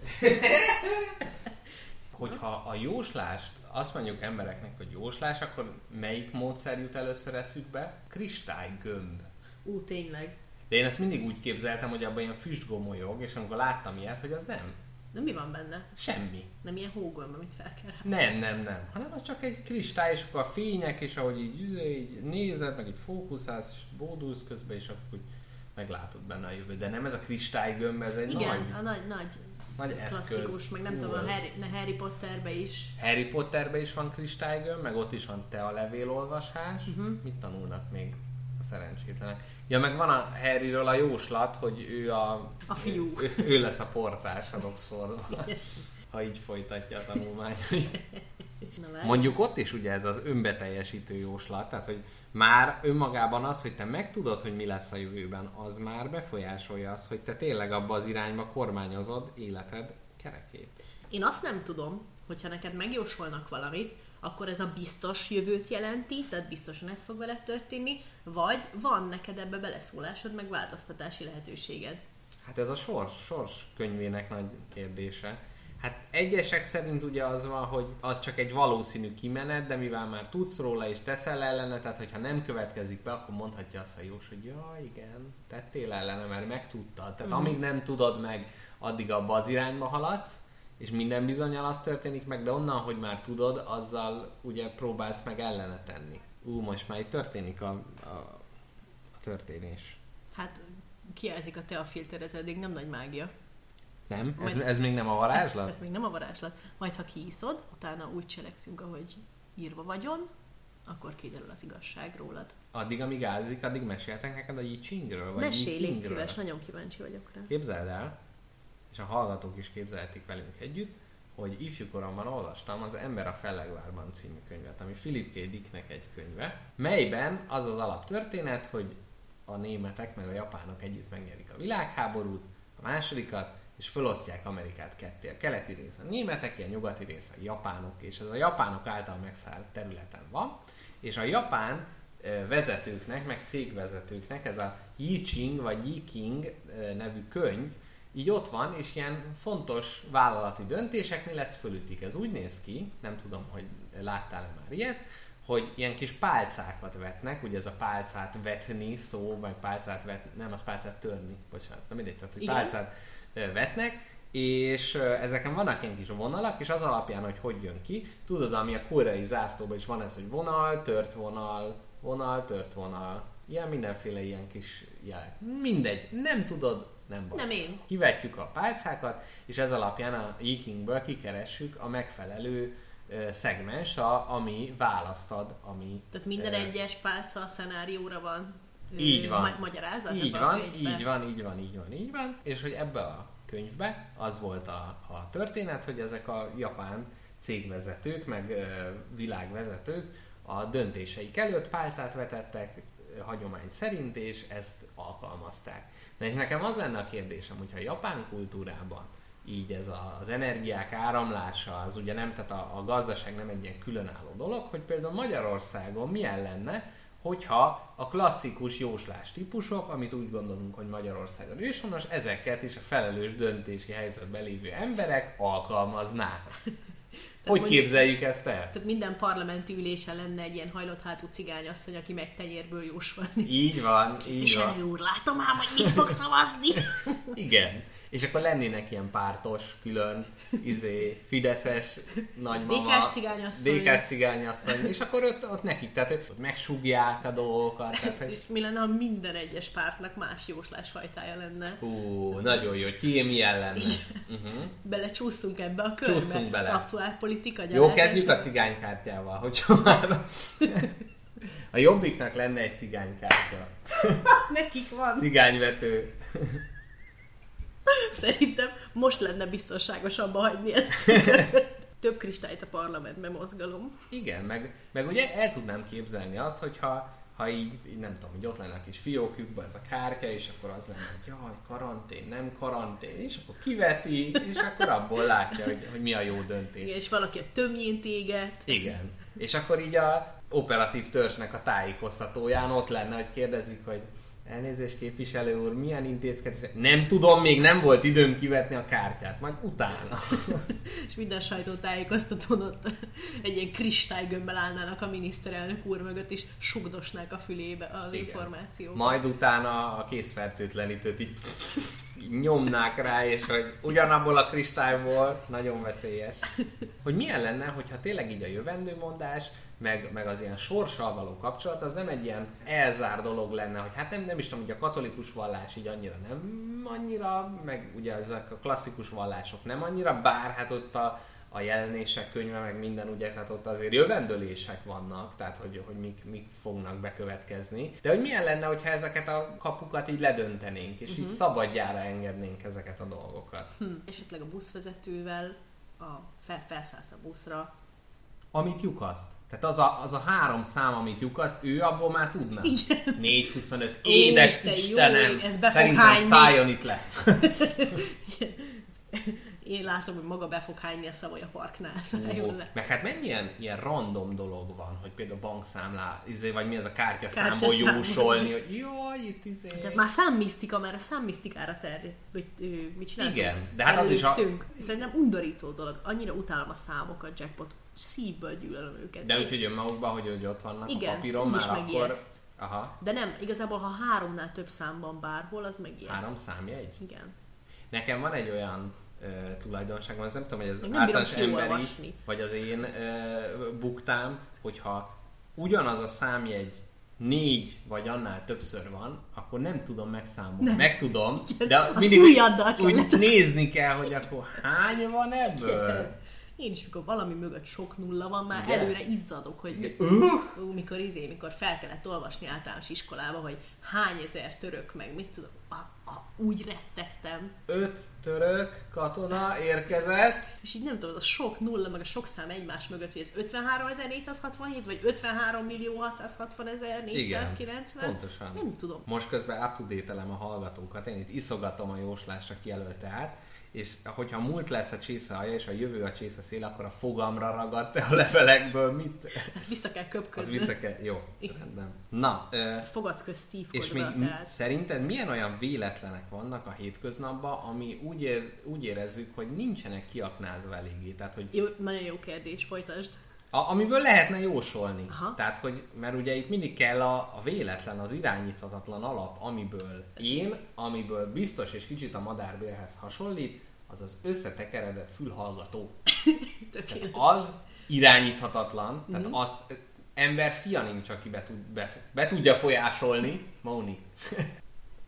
Hogyha a jóslást, azt mondjuk embereknek, hogy jóslás, akkor melyik módszer jut először eszükbe? Kristálygömb. Tényleg. De én ezt mindig úgy képzeltem, hogy abban ilyen füstgomolyog, és amikor láttam ilyet, hogy az nem. De mi van benne? Semmi. Nem ilyen hógomb, amit fel kell rá. Nem. Hanem az csak egy kristály, és akkor a fények, és ahogy így nézed, meg így fókuszálsz, és bódulsz közben, és akkor meglátod benne a jövőt. De nem ez a kristálygömb, ez egy nagy eszköz. Klasszikus, meg nem tudom, a Harry Potterbe is. Harry Potterbe is van kristálygömb, meg ott is van tealevélolvasás. Mit tanulnak még a szerencsétlenek? Ja, meg van a Harryről a jóslat, hogy ő a fiú. Ő lesz a portás a Oxfordban, ha így folytatja a tanulmányait. Mondjuk ott is ugye ez az önbeteljesítő jóslat, tehát hogy már önmagában az, hogy te megtudod, hogy mi lesz a jövőben, az már befolyásolja azt, hogy te tényleg abba az irányba kormányozod életed kerekét. Én azt nem tudom, hogyha neked megjósolnak valamit, akkor ez a biztos jövőt jelenti, tehát biztosan ez fog veled történni, vagy van neked ebbe beleszólásod, meg változtatási lehetőséged? Hát ez a sors könyvének nagy kérdése. Hát egyesek szerint ugye az van, hogy az csak egy valószínű kimenet, de mivel már tudsz róla és teszel ellene, tehát hogyha nem következik be, akkor mondhatja azt a jós, hogy ja, igen, tettél ellene, mert megtudtad. Tehát amíg nem tudod meg, addig abba az irányba haladsz, és minden bizonnyal az történik meg, de onnan, hogy már tudod, azzal ugye próbálsz meg ellene tenni. Most már itt történik a történés. Hát kijelzik a teafilter, ez eddig nem nagy mágia. Nem? Ez még nem a varázslat? Ez még nem a varázslat. Majd ha kiiszod, utána úgy cselekszünk, ahogy írva vagyon, akkor kiderül az igazság rólad. Addig, amíg ázik, addig meséltek neked a I Chingről? Mesélj, légy szíves, nagyon kíváncsi vagyok rá. Képzeld el, és a hallgatók is képzelhetik velünk együtt, hogy ifjúkoromban olvastam az Ember a Fellegvárban című könyvet, ami Philip K. Dicknek egy könyve, melyben az az alaptörténet, hogy a németek meg a japánok együtt megnyerik a világháborút, a másodikat, és felosztják Amerikát ketté. A keleti része a németek, a nyugati része a japánok, és ez a japánok által megszállt területen van, és a japán vezetőknek, meg cégvezetőknek ez a I Ching vagy I King nevű könyv így ott van, és ilyen fontos vállalati döntéseknél ezt fölütik. Ez úgy néz ki, nem tudom, hogy láttál-e már ilyet, hogy ilyen kis pálcákat vetnek, ugye ez a pálcát vetni szó, vagy pálcát vetni, nem, az pálcát törni, bocsánat, nem mindegy, tehát hogy pálcát vetnek, és ezeken vannak ilyen kis vonalak, és az alapján, hogy jön ki, tudod, ami a koreai zászlóban is van ez, hogy vonal, tört vonal, vonal, tört vonal. Ilyen mindenféle ilyen kis jelek. Mindegy, nem tudod, nem baj. Nem én. Kivetjük a pálcákat, és ez alapján a Yikingból kikeressük a megfelelő szegmens, ami választad, ami... Tehát minden egyes pálca szenárióra van így van. Magyarázat? Így van. És hogy ebbe a könyvbe az volt a történet, hogy ezek a japán cégvezetők, meg világvezetők a döntéseik előtt pálcát vetettek hagyomány szerint, és ezt alkalmazták. Na és nekem az lenne a kérdésem, hogyha a japán kultúrában így ez az energiák áramlása, az ugye nem, tehát a gazdaság nem egy ilyen különálló dolog, hogy például Magyarországon milyen lenne, hogyha a klasszikus jóslás típusok, amit úgy gondolunk, hogy Magyarországon őshonos, ezeket is a felelős döntési helyzetben lévő emberek alkalmaznák. Hogy képzeljük ezt el? Tehát minden parlamenti ülésen lenne egy ilyen hajlott hátú cigányasszony, aki megy tenyérből jósolni. Így van. Képviselő úr, látom ám, hogy mit fog szavazni. Igen. És akkor lennének ilyen pártos, külön, fideszes nagymama, DK-s cigányasszony, és akkor ott nekik, tehát ott megsúgják a dolgokat. Tehát, és mi lenne, ha minden egyes pártnak más jóslásfajtája lenne? Nagyon jó, ki milyen lenne. Belecsúszunk ebbe a körbe. Csúszunk bele. Az aktuálpolitika Jó, kezdjük a cigánykártyával, hogyha már a Jobbiknak lenne egy cigánykártya. Nekik van. Cigányvető. Szerintem most lenne biztonságosabb hagyni ezt. Több kristályt a parlamentben mozgalom. Igen, meg ugye el tudnám képzelni azt, hogyha így nem tudom, hogy ott lenne a kis fiókjukban ez a kártya, és akkor az lenne, hogy jaj, karantén, nem karantén, és akkor kiveti, és akkor abból látja, hogy mi a jó döntés. Igen, és valaki a tömjén éget. Igen. És akkor így a operatív törzsnek a tájékoztatóján ott lenne, hogy kérdezik, hogy elnézést képviselő úr, milyen intézkedés? Nem tudom, még nem volt időm kivetni a kártyát, majd utána. És minden sajtótájékoztatón ott egy ilyen kristálygömbbel állnának a miniszterelnök úr mögött, és sugdosnák a fülébe az információt. Majd utána a készfertőtlenítőt így nyomnák rá, és hogy ugyanabból a kristályból, nagyon veszélyes. Hogy milyen lenne, hogyha tényleg így a jövendőmondás, meg az ilyen sorssal való kapcsolat, az nem egy ilyen elzár dolog lenne, hogy hát nem is tudom, hogy a katolikus vallás így annyira, meg ugye ezek a klasszikus vallások nem annyira, bár hát ott a jelenések könyve, meg minden, ugye, tehát ott azért jövendőlések vannak, tehát hogy mik fognak bekövetkezni. De hogy milyen lenne, hogyha ezeket a kapukat így ledöntenénk, és így szabadjára engednénk ezeket a dolgokat. Esetleg a buszvezetővel felszállsz a buszra. Amit lyukaszt. Tehát az a 3 szám, amit lyukaszt, ő abból már tudna. 4-25. Édes Istenem! Szerintem szálljon itt le! Én látom, hogy maga be fog hányni a Savoya Parknál, szálljon le. Meg hát mennyi ilyen random dolog van, hogy például bankszámlá, vagy mi ez a kártyaszámból jósolni, hogy jaj, itt Hát ez már számmisztika, mert a számmisztikára terjed, hogy mit csináltunk. Igen, de hát az is Szerintem undorító dolog. Annyira utálom a számokat, jackpot. Szívből gyűlölöm őket. De úgyhogy önmagukban, hogy ott vannak igen, a papíron, már akkor... Aha. De nem, igazából ha 3-nál több számban bárhol, az megijeszt. 3 számjegy? Igen. Nekem van egy olyan tulajdonságom, az nem tudom, hogy ez nem általános emberi, vagy az én buktám, hogyha ugyanaz a számjegy 4 vagy annál többször van, akkor nem tudom megszámolni. Nem. Meg tudom, de mindig úgy nézni kell, hogy akkor hány van ebből? Igen. Én is, mikor valami mögött sok nulla van, már előre izzadok, hogy mikor fel kellett olvasni általános iskolába, hogy hány ezer török, meg mit tudom, úgy rettegtem. 6 török katona érkezett. És így nem tudom, az a sok nulla, meg a sok szám egymás mögött, hogy ez 53.467, vagy 53.660.490. Igen, pontosan. Nem tudom. Most közben up-to-date-elem a hallgatókat, én itt iszogatom a jóslásra kijelölte át, és hogyha múlt lesz a csésze alja, és a jövő a csésze szél, akkor a fogamra ragadt a levelekből mit? Ezt vissza kell köpködni. Az vissza kell, jó, rendben. Na. Fogad közt szívkodva. És még szerinted milyen olyan véletlenek vannak a hétköznapban, ami úgy érezzük, hogy nincsenek kiaknázva eléggé? Tehát, hogy jó, nagyon jó kérdés, folytasd. Amiből lehetne jósolni. Aha. Tehát, hogy, mert ugye itt mindig kell a véletlen, az irányíthatatlan alap, amiből biztos és kicsit a madárbélhez hasonlít, az az összetekeredett fülhallgató. Tehát az irányíthatatlan, tehát azt ember fia nincs, aki be tudja folyásolni. Móni.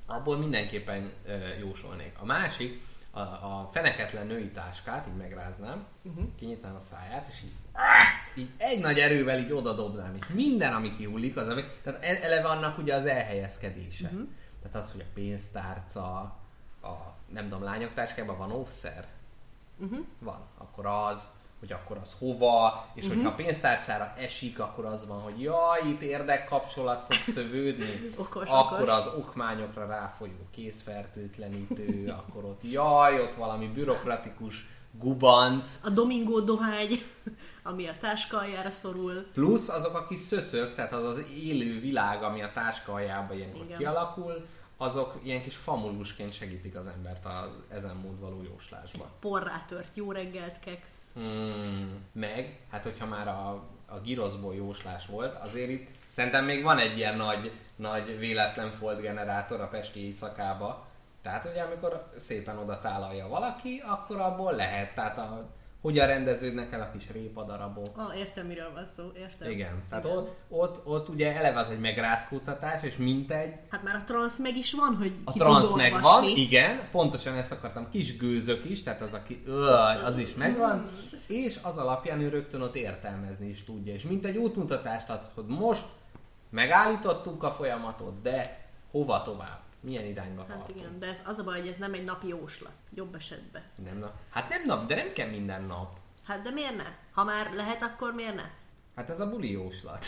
abból mindenképpen jósolnék. A másik, a feneketlen női táskát, így megráznám, kinyitnám a száját, és így egy nagy erővel így odadobnám, és minden, ami kihullik, az, ami... Tehát eleve annak ugye az elhelyezkedése. Tehát az, hogy a pénztárca, nem tudom, lányok táskájában van óvszer? Van. Akkor az, hogy akkor az hova, és hogyha a pénztárcára esik, akkor az van, hogy jaj, itt érdekkapcsolat fog szövődni, akkor az okmányokra ráfolyó kézfertőtlenítő, akkor ott jaj, ott valami bürokratikus gubanc. A Domingo dohány, ami a táska aljára szorul. Plusz azok a kis szöszök, tehát az az élő világ, ami a táska aljában ilyenkor kialakul, azok ilyen kis famulusként segítik az embert az ezen mód való jóslásban. Porrá tört jó reggelt, keksz. Meg, hát hogyha már a giroszból jóslás volt, azért itt szerintem még van egy ilyen nagy véletlen folt generátor a pesti éjszakába. Tehát ugye amikor szépen oda tálalja valaki, akkor abból lehet. Tehát hogyan rendeződnek el a kis répadarabok. Értem, miről van szó, értem. Igen, tehát ott ugye eleve az egy megrázkódtatás, és mintegy. Hát már a transz meg is van, hogy a transz megvan, igen, pontosan ezt akartam, kis gőzök is, tehát az is megvan, és az alapján ő rögtön ott értelmezni is tudja. És mintegy útmutatást ad, hogy most megállítottuk a folyamatot, de hova tovább? Milyen irányba tartunk? Hát igen, de ez az a baj, hogy ez nem egy napi jóslat. Jobb esetben. Nem nap. Hát nem nap, de nem kell minden nap. Hát de miért ne? Ha már lehet, akkor miért ne? Hát ez a buli jóslat.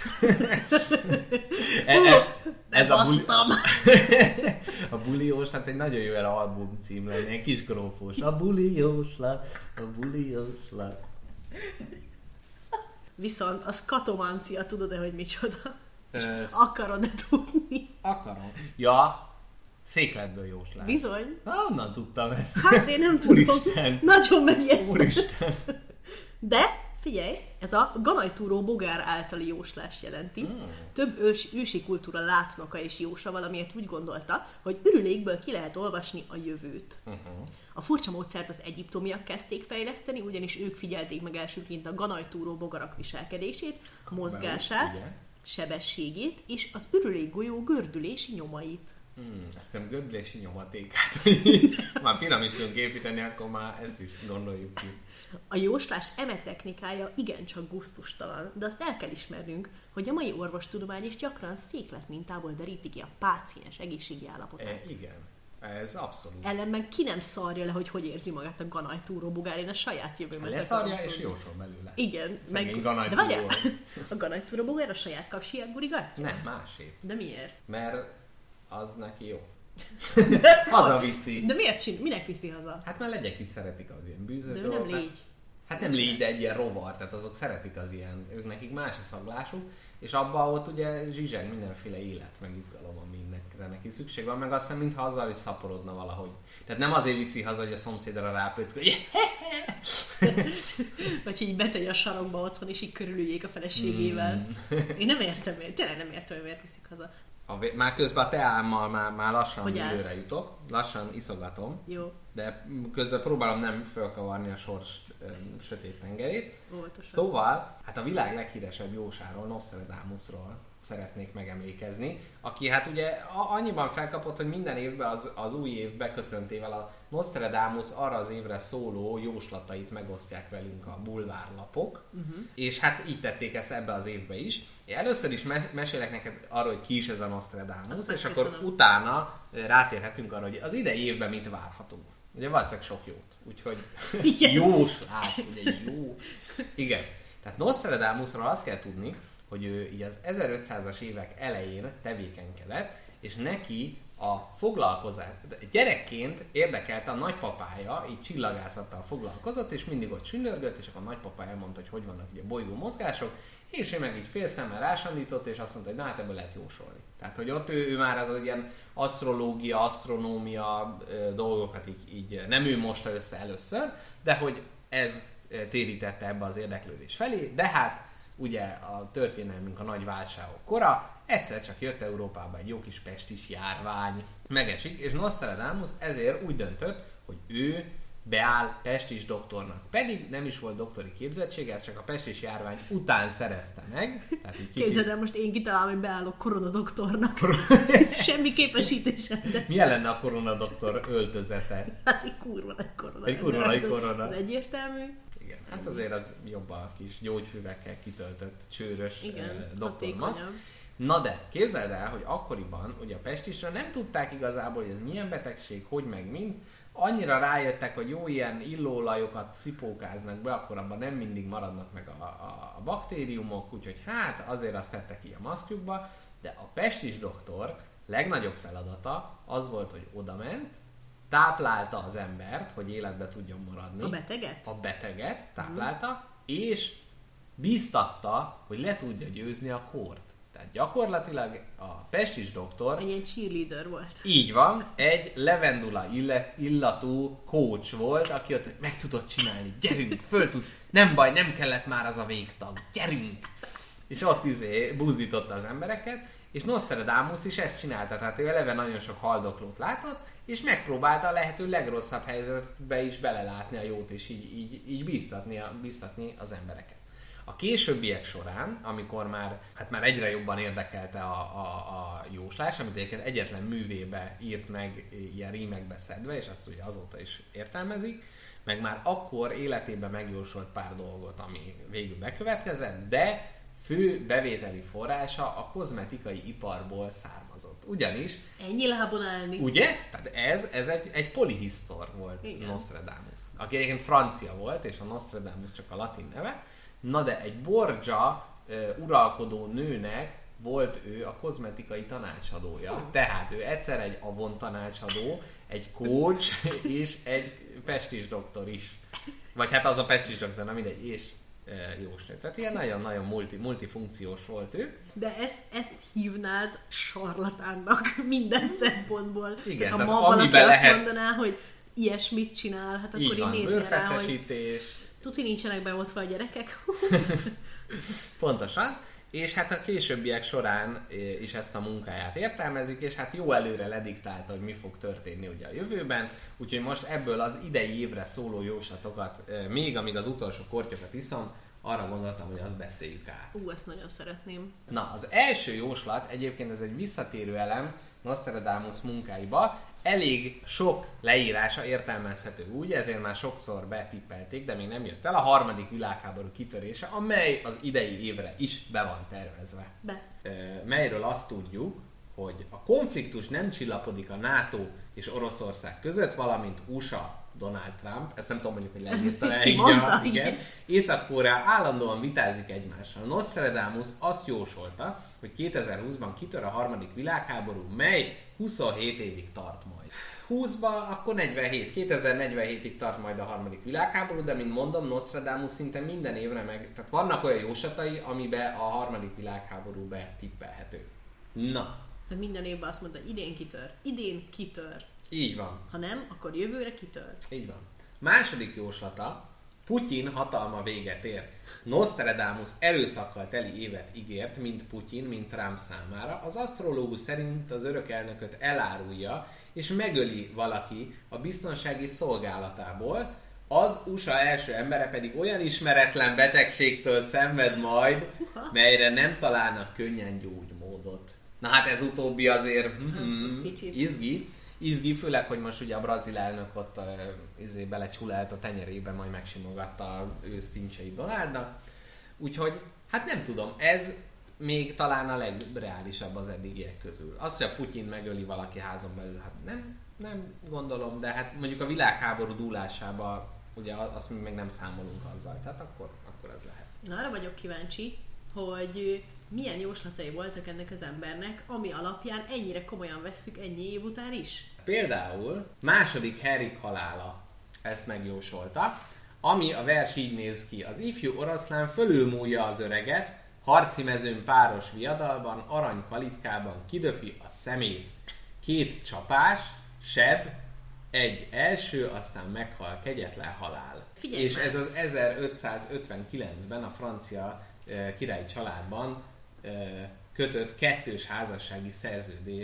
Ez a buli... A buli jóslat egy nagyon jó album cím lenne, ilyen kis grófos. A buli jóslat, a buli jóslat. Viszont a szkatomancia, tudod-e, hogy micsoda? Akarod-e tudni? Akarom. Ja, székletből jóslás. Bizony. Honnan tudtam ezt? Hát én nem tudom. Úristen. Nagyon megijesztem. Úristen. De figyelj, ez a ganajtúró bogár általi jóslás jelenti. Több ősi kultúra látnoka és jósa valamiért úgy gondolta, hogy ürülékből ki lehet olvasni a jövőt. A furcsa módszert az egyiptomiak kezdték fejleszteni, ugyanis ők figyelték meg elsőként a ganajtúró bogarak viselkedését, mozgását, sebességét és az ürülékgolyó gördülési nyomait. Ezt nem gördülési nyomatékát. Már piramist tudunk építeni, akkor már ezt is gondoljuk ki. A jóslás eme technikája igencsak gusztustalan, de azt el kell ismernünk, hogy a mai orvostudomány is gyakran széklet mintából deríti ki a páciens egészségi állapotát. Igen, ez abszolút. Ellenben ki nem szarja le, hogy érzi magát a ganajtúró bogár, én a saját jövőmet leszarja és jósol belőle. Igen, szegény de várjál, a ganajtúró bogár a saját kapsiját gurigatja? Nem, másét. De miért? Mert az neki jó. Hazaviszi. De miért minek viszi haza? Hát már legyek is szeretik az ilyen bűző de nem légy. Hát nem légy, de egy ilyen rovar, tehát azok szeretik az ilyen, ők nekik más a szaglásuk, és abban ott ugye zsizseg mindenféle élet, meg izgalom, aminekre neki szükség van, meg azt hiszem, mintha azzal is szaporodna valahogy. Tehát nem azért viszi haza, hogy a szomszédra rápöcc, hogy vagy így betegye a sarokba otthon, és így körülüljék a feleségével. Én nem értem, tényleg nem értem, hogy miért viszik haza. Már közben a teámmal már lassan előre jutok, lassan iszogatom, jó. De közben próbálom nem fölkavarni a sors sötét tengerét. Óvatosan. Szóval, hát a világ leghíresebb jósáról, Nostradamusról szeretnék megemlékezni, aki hát ugye annyiban felkapott, hogy minden évben az új év beköszöntével a Nostradamus arra az évre szóló jóslatait megosztják velünk a bulvárlapok, és hát így tették ezt ebbe az évbe is. Én először is mesélek neked arról, hogy ki is ez a Nostradamus, és akkor utána rátérhetünk arra, hogy az idei évben mit várhatunk. Ugye valószínűleg sok jót, úgyhogy jóslás, ugye jó. Igen, tehát Nostradamusról azt kell tudni, hogy ő így az 1500-as évek elején tevékenykedett, és neki a foglalkozás, gyerekként érdekelte a nagypapája, így csillagászattal foglalkozott, és mindig ott sündörgött, és akkor a nagypapája mondta, hogy vannak ugye bolygó mozgások, és ő meg így félszemmel rásandított, és azt mondta, hogy na hát ebből lehet jósolni. Tehát, hogy ott ő már az ilyen asztrológia, asztronómia dolgokat így nem ő mosta össze először, de hogy ez térítette ebbe az érdeklődés felé, de hát ugye a történelmünk a nagy válságok kora, egyszer csak jött Európába egy jó kis pestis járvány, megesik, és Nostradamus ezért úgy döntött, hogy ő beáll pestis doktornak. Pedig nem is volt doktori képzettsége, ezt csak a pestis járvány után szerezte meg. Tehát így Képzeld el, most én kitalálom, hogy beállok koronadoktornak. Semmi képesítésem, de... Milyen lenne a koronadoktor öltözete? Hát egy kurva nagy korona. Egy kurva nagy korona. Ez egyértelmű. Igen, hát azért az jobb a kis gyógyfüvekkel kitöltött csőrös Igen, doktormaszk. hatékonyabb. Na de, képzeld el, hogy akkoriban ugye a pestisről nem tudták igazából, hogy ez milyen betegség, hogy meg mind. Annyira rájöttek, hogy jó ilyen illóolajokat szipókáznak be, akkor abban nem mindig maradnak meg a baktériumok, úgyhogy hát azért azt tette ki a maszkjukba, de a pestis doktor legnagyobb feladata az volt, hogy odament, táplálta az embert, hogy életbe tudjon maradni. A beteget? A beteget táplálta, és bíztatta, hogy le tudja győzni a kórt. Tehát gyakorlatilag a pestis doktor... Egy ilyen cheerleader volt. Így van, egy levendula illatú coach volt, aki ott meg tudott csinálni, gyerünk, föl tudsz, nem baj, nem kellett már az a végtag, gyerünk! És ott buzdította az embereket, és Nostradamus is ezt csinálta, tehát ő eleve nagyon sok haldoklót látott, és megpróbálta a lehető legrosszabb helyzetbe is belelátni a jót, és így bíztatni az embereket. A későbbiek során, amikor már egyre jobban érdekelte a jóslás, amit egyébként egyetlen művébe írt meg ilyen rímekbe szedve, és azt ugye azóta is értelmezik, meg már akkor életében megjósolt pár dolgot, ami végül bekövetkezett, de fő bevételi forrása a kozmetikai iparból származott. Ugyanis... Ennyi lábon állni. Ugye? Tehát ez egy polihisztor volt. Igen. Nostradamus. Aki egyébként francia volt, és a Nostradamus csak a latin neve. Na de egy Borgia uralkodó nőnek volt ő a kozmetikai tanácsadója. Tehát ő egyszer egy Avon tanácsadó, egy coach és egy pestis doktor is. Vagy hát az a pestis doktor, nem mindegy, és jósnő. Tehát ilyen nagyon-nagyon multifunkciós volt ő. De ezt hívnád sarlatánnak minden szempontból. Igen, ha ma valaki azt mondaná, hogy ilyesmit csinál, hát akkor így néznél rá, hogy tuti nincsenek beoltva a gyerekek. Pontosan. És hát a későbbiek során is ezt a munkáját értelmezik, és hát jó előre lediktálta, hogy mi fog történni ugye a jövőben. Úgyhogy most ebből az idei évre szóló jóslatokat, még amíg az utolsó kortyokat iszom, arra gondoltam, hogy azt beszéljük át. Ezt nagyon szeretném. Na, az első jóslat, egyébként ez egy visszatérő elem Nostradamus munkáiba, elég sok leírása értelmezhető úgy, ezért már sokszor betippelték, de még nem jött el a harmadik világháború kitörése, amely az idei évre is be van tervezve. Melyről azt tudjuk, hogy a konfliktus nem csillapodik a NATO és Oroszország között, valamint USA, Donald Trump, ezt nem tudom mondjuk, hogy leírta, igen. Észak-Korea állandóan vitázik egymással. Nostradamus azt jósolta, hogy 2020-ban kitör a harmadik világháború, mely 27 évig tart majd. 20-ban akkor 47, 2047-ig tart majd a harmadik világháború, de mint mondom, Nostradamus szinte minden évre tehát vannak olyan jóslatai, amiben a harmadik világháború betippelhető. Na. Tehát minden évben azt mondta, hogy idén kitör. Így van. Ha nem, akkor jövőre kitör. Így van. Második jóslata, Putyin hatalma véget ér. Nostradamus erőszakkal teli évet ígért, mind Putyin, mind Trump számára. Az asztrológus szerint az örök elnököt elárulja, és megöli valaki a biztonsági szolgálatából, az USA első embere pedig olyan ismeretlen betegségtől szenved majd, melyre nem találnak könnyen gyógymódot. Na hát ez utóbbi azért izgi, főleg, hogy most ugye a brazil elnök ott belecsulált a tenyerébe, majd megsimogatta ősztincseit Donaldnak. Úgyhogy, hát nem tudom, ez még talán a legreálisabb az eddigiek közül. Az, hogy a Putyin megöli valaki házon belül, hát nem gondolom, de hát mondjuk a világháború dúlásában ugye azt még nem számolunk azzal, tehát akkor ez lehet. Én arra vagyok kíváncsi, hogy milyen jóslatai voltak ennek az embernek, ami alapján ennyire komolyan vesszük ennyi év után is. Például második Henrik halála ezt megjósolta, ami a vers így néz ki. Az ifjú oroszlán fölülmúlja az öreget, harci mezőn páros viadalban, arany kalitkában kidöfi a szemét. 2 csapás, seb, egy első, aztán meghal kegyetlen halál. Figyelj és már. ez az 1559-ben a francia királyi családban kötött 2. házassági szerződés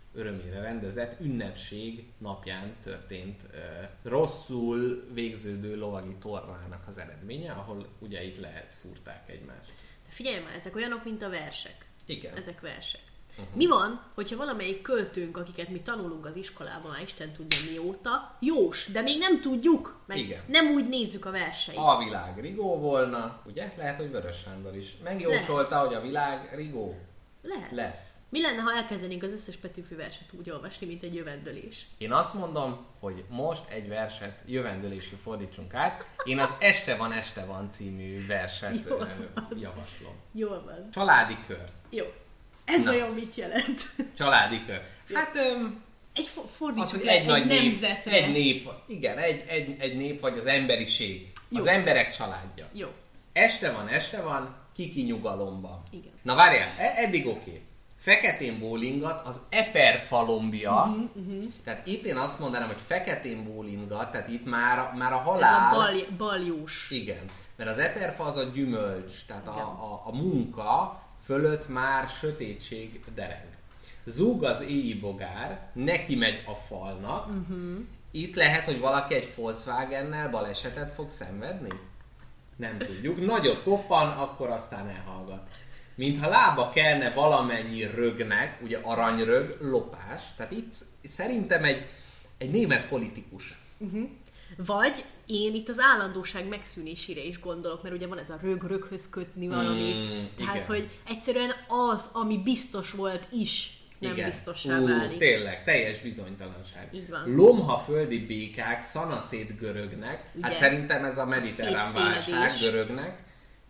örömére rendezett ünnepség napján történt rosszul végződő lovagi tornának az eredménye, ahol ugye itt leszúrták egymást. Figyelj már, ezek olyanok, mint a versek. Igen. Ezek versek. Mi van, hogyha valamelyik költőnk, akiket mi tanulunk az iskolában, már Isten tudja mióta, jós, de még nem tudjuk, meg Igen. nem úgy nézzük a verseit. A világ Rigó volna, ugye? Lehet, hogy Vörös Sándor is megjósolta, hogy a világ Rigó Lehet. lesz. Mi lenne, ha elkezdenénk az összes Petőfi verset úgy olvasni, mint egy jövendőlés? Én azt mondom, hogy most egy verset jövendőlésre fordítsunk át. Én az Este van című verset javaslom. Jól van. Családi kör. Jó. Ez Na. olyan mit jelent? Családi kör. Hát Egy az, fordítsuk hogy le egy nagy nép, nemzetre. egy nép, igen, egy nép vagy az emberiség. Jó. Az emberek családja. Jó. Este van, kiki nyugalomban. Igen. Na várjál, eddig oké. Feketén bólingat az eperfalombja. Tehát itt én azt mondanám, hogy feketén bólingat, tehát itt már a halál. Ez a baljós. Igen, mert az eperfa az a gyümölcs, tehát a munka fölött már sötétség dereng. Zúg az éji bogár, neki megy a falnak. Itt lehet, hogy valaki egy Volkswagennel balesetet fog szenvedni? Nem tudjuk. Nagyot koppan, akkor aztán elhallgat. Mintha lába kelne valamennyi rögnek, ugye aranyrög, lopás. Tehát itt szerintem egy német politikus. Vagy én itt az állandóság megszűnésére is gondolok, mert ugye van ez a röghöz kötni valamit. Tehát, igen. hogy egyszerűen az, ami biztos volt is, nem Igen. biztossá válik. Tényleg, teljes bizonytalanság. Így van. Lomha földi békák szanaszét görögnek. Ugye? Hát szerintem ez a mediterrán válság Szétszéledés. görögnek.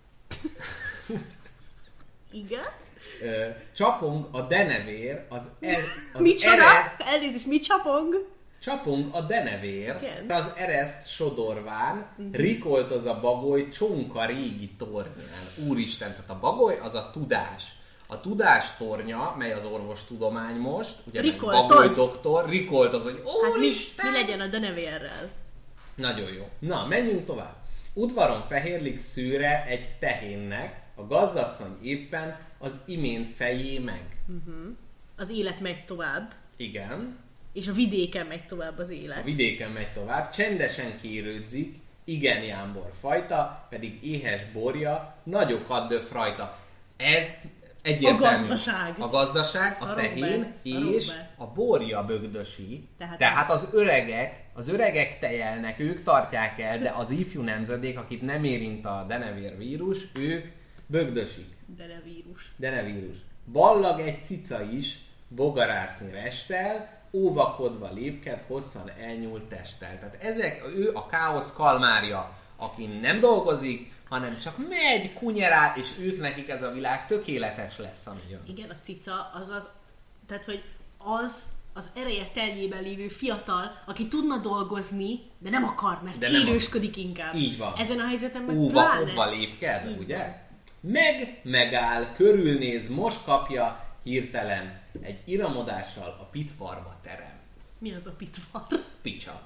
Igen? Csapong a denevér, Micsoda? Elnézést, mi csapong? Csapong a denevér, Igen. az ereszt sodorván, rikoltoz a bagoly csonka régi tornyán. Úristen, tehát a bagoly az a tudás. A tudás tornya, mely az orvostudomány most, ugye meg Rikoltoz. bagoly doktor, rikoltoz, hogy Hát úristen! mi legyen a denevérrel? Nagyon jó. Na, menjünk tovább. Udvaron fehérlik szőre egy tehénnek, a gazdasszony éppen az imént fejé meg. Az élet megy tovább, Igen, és a vidéken megy tovább az a élet. vidéken megy tovább, csendesen kérődzik, igen jámbor fajta, pedig éhes borja, nagyokat döf rajta. Ez egyértelmű. A gazdaság. A gazdaság, a Szarok tehén be, szarok és be. a borja bögdösi. Tehát- Tehát az öregek tejelnek, ők tartják el, de az ifjú nemzedék, akit nem érint a denevér vírus, ők bögdösik. Denevírus. Denevírus. Ballag egy cica is, bogarászni restel, óvakodva lépked, hosszan elnyúlt testtel. Tehát ő a káosz kalmárja, aki nem dolgozik, hanem csak megy, kunyerál, és ők nekik ez a világ tökéletes lesz, ami jön. Igen, a cica tehát hogy az ereje teljében lévő fiatal, aki tudna dolgozni, de nem akar, mert De nem élősködik inkább. Így van. Ezen a helyzeten meg pláne. Óvakodva lépked, Így ugye? Megáll, körülnéz, most kapja hirtelen egy iramodással a pitvarba terem. Mi az a pitvar? Picsa.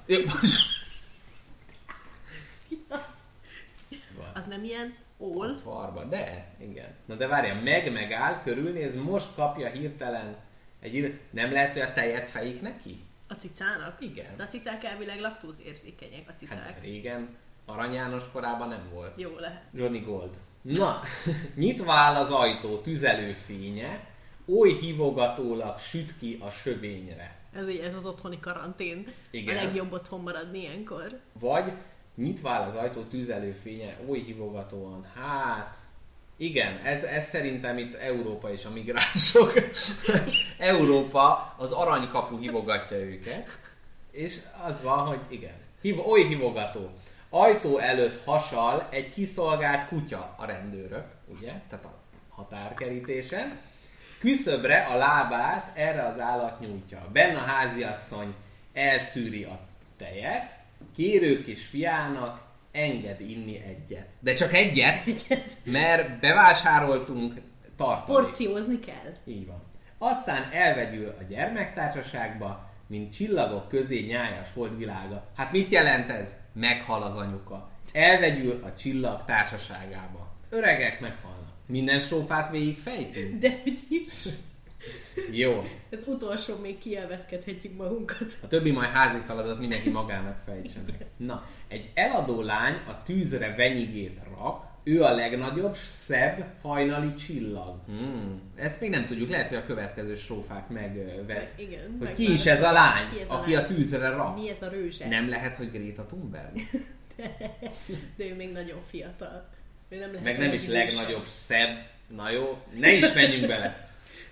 Az nem ilyen ól? Varba, de, igen. Na de várjál, megáll, körülnéz, most kapja hirtelen nem lehet, hogy a tejet fejik neki? A cicának? Igen. De a cicák elvileg laktózérzékenyek, a cicák. Hát régen, Arany János korában nem volt. Jó lehet. Johnny Gold. Na, nyitva áll az ajtó tüzelő fénye, oly hívogatólag süt ki a sövényre. Ez az otthoni karantén. Igen. A legjobb otthon maradni ilyenkor. Vagy nyitva áll az ajtó tüzelő fénye, oly hívogatóan, hát... Igen, ez szerintem itt Európa és a migránsok. Európa az aranykapu hívogatja őket, és az van, hogy igen, oly hívogató. Ajtó előtt hasal egy kiszolgált kutya, a rendőrök, ugye, tehát a határkerítésen. Küszöbre a lábát erre az állat nyújtja. Benne a háziasszony elszűri a tejet, kérő kis fiának enged inni egyet. De csak egyet, mert bevásároltunk tartalék. Porciózni kell. Így van. Aztán elvegyül a gyermektársaságba, mint csillagok közé nyájas volt világa. Hát mit jelent ez? Meghal az anyuka. Elvegyül a csillag társaságába. Öregek meghalnak. Minden sófát végig fejtünk. De hogy is. Jó. Ez utolsó, még kielvezkedhetjük magunkat. A többi majd házi feladat mindenki magának fejtse meg. Na, egy eladó lány a tűzre venyigét rak, ő a legnagyobb, szebb hajnali csillag. Ezt még nem tudjuk, lehet, hogy a következő strófák Igen, hogy ki is ez a lány, aki lány? a tűzre rak. Mi ez a rőzse? Nem lehet, hogy Greta Thunberg? De ő még nagyon fiatal. Ő nem lehet, Meg nem is legnagyobb, szebb. Na jó, ne is menjünk bele.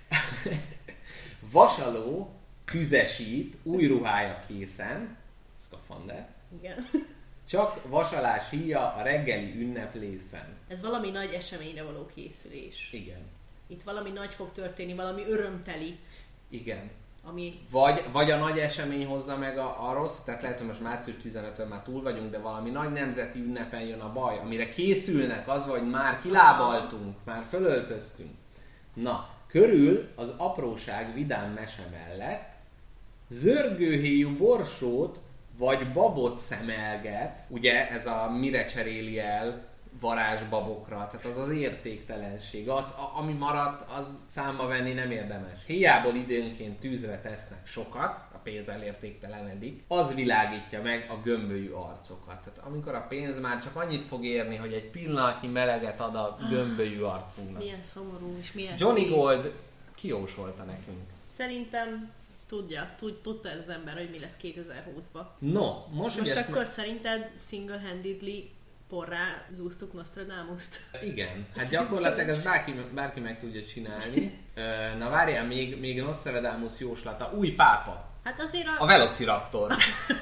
Vasaló tüzesít, új ruhája készen, szkafander, Igen. csak vasalás híja a reggeli ünneplészen. Ez valami nagy eseményre való készülés. Igen. Itt valami nagy fog történni, valami örömteli, Igen. ami... Vagy a nagy esemény hozza meg a rossz, tehát lehet, hogy most március 15-ön már túl vagyunk, de valami nagy nemzeti ünnepen jön a baj, amire készülnek, az vagy már kilábaltunk, már fölöltöztünk. Na, körül az apróság vidám mese mellett zörgőhéjú borsót vagy babot szemelget, ugye ez a mire cseréli el varázsbabokra, tehát az az értéktelenség, ami maradt, az számba venni nem érdemes. Hiából időnként tűzre tesznek sokat, a pénz elértéktelenedik, az világítja meg a gömbölyű arcokat. Tehát amikor a pénz már csak annyit fog érni, hogy egy pillanatnyi meleget ad a gömbölyű arcunknak. Milyen szomorú és milyen Johnny szép. Gold kijósolta nekünk. Szerintem tudta ez az ember, hogy mi lesz 2020-ban. No, most Akkor szerinted single-handedly porrá zúztuk Nostradamus-t? Igen, hát gyakorlatilag ezt bárki meg tudja csinálni. Na várjál, még Nostradamus jóslata. Új pápa. Hát azért A Velociraptor.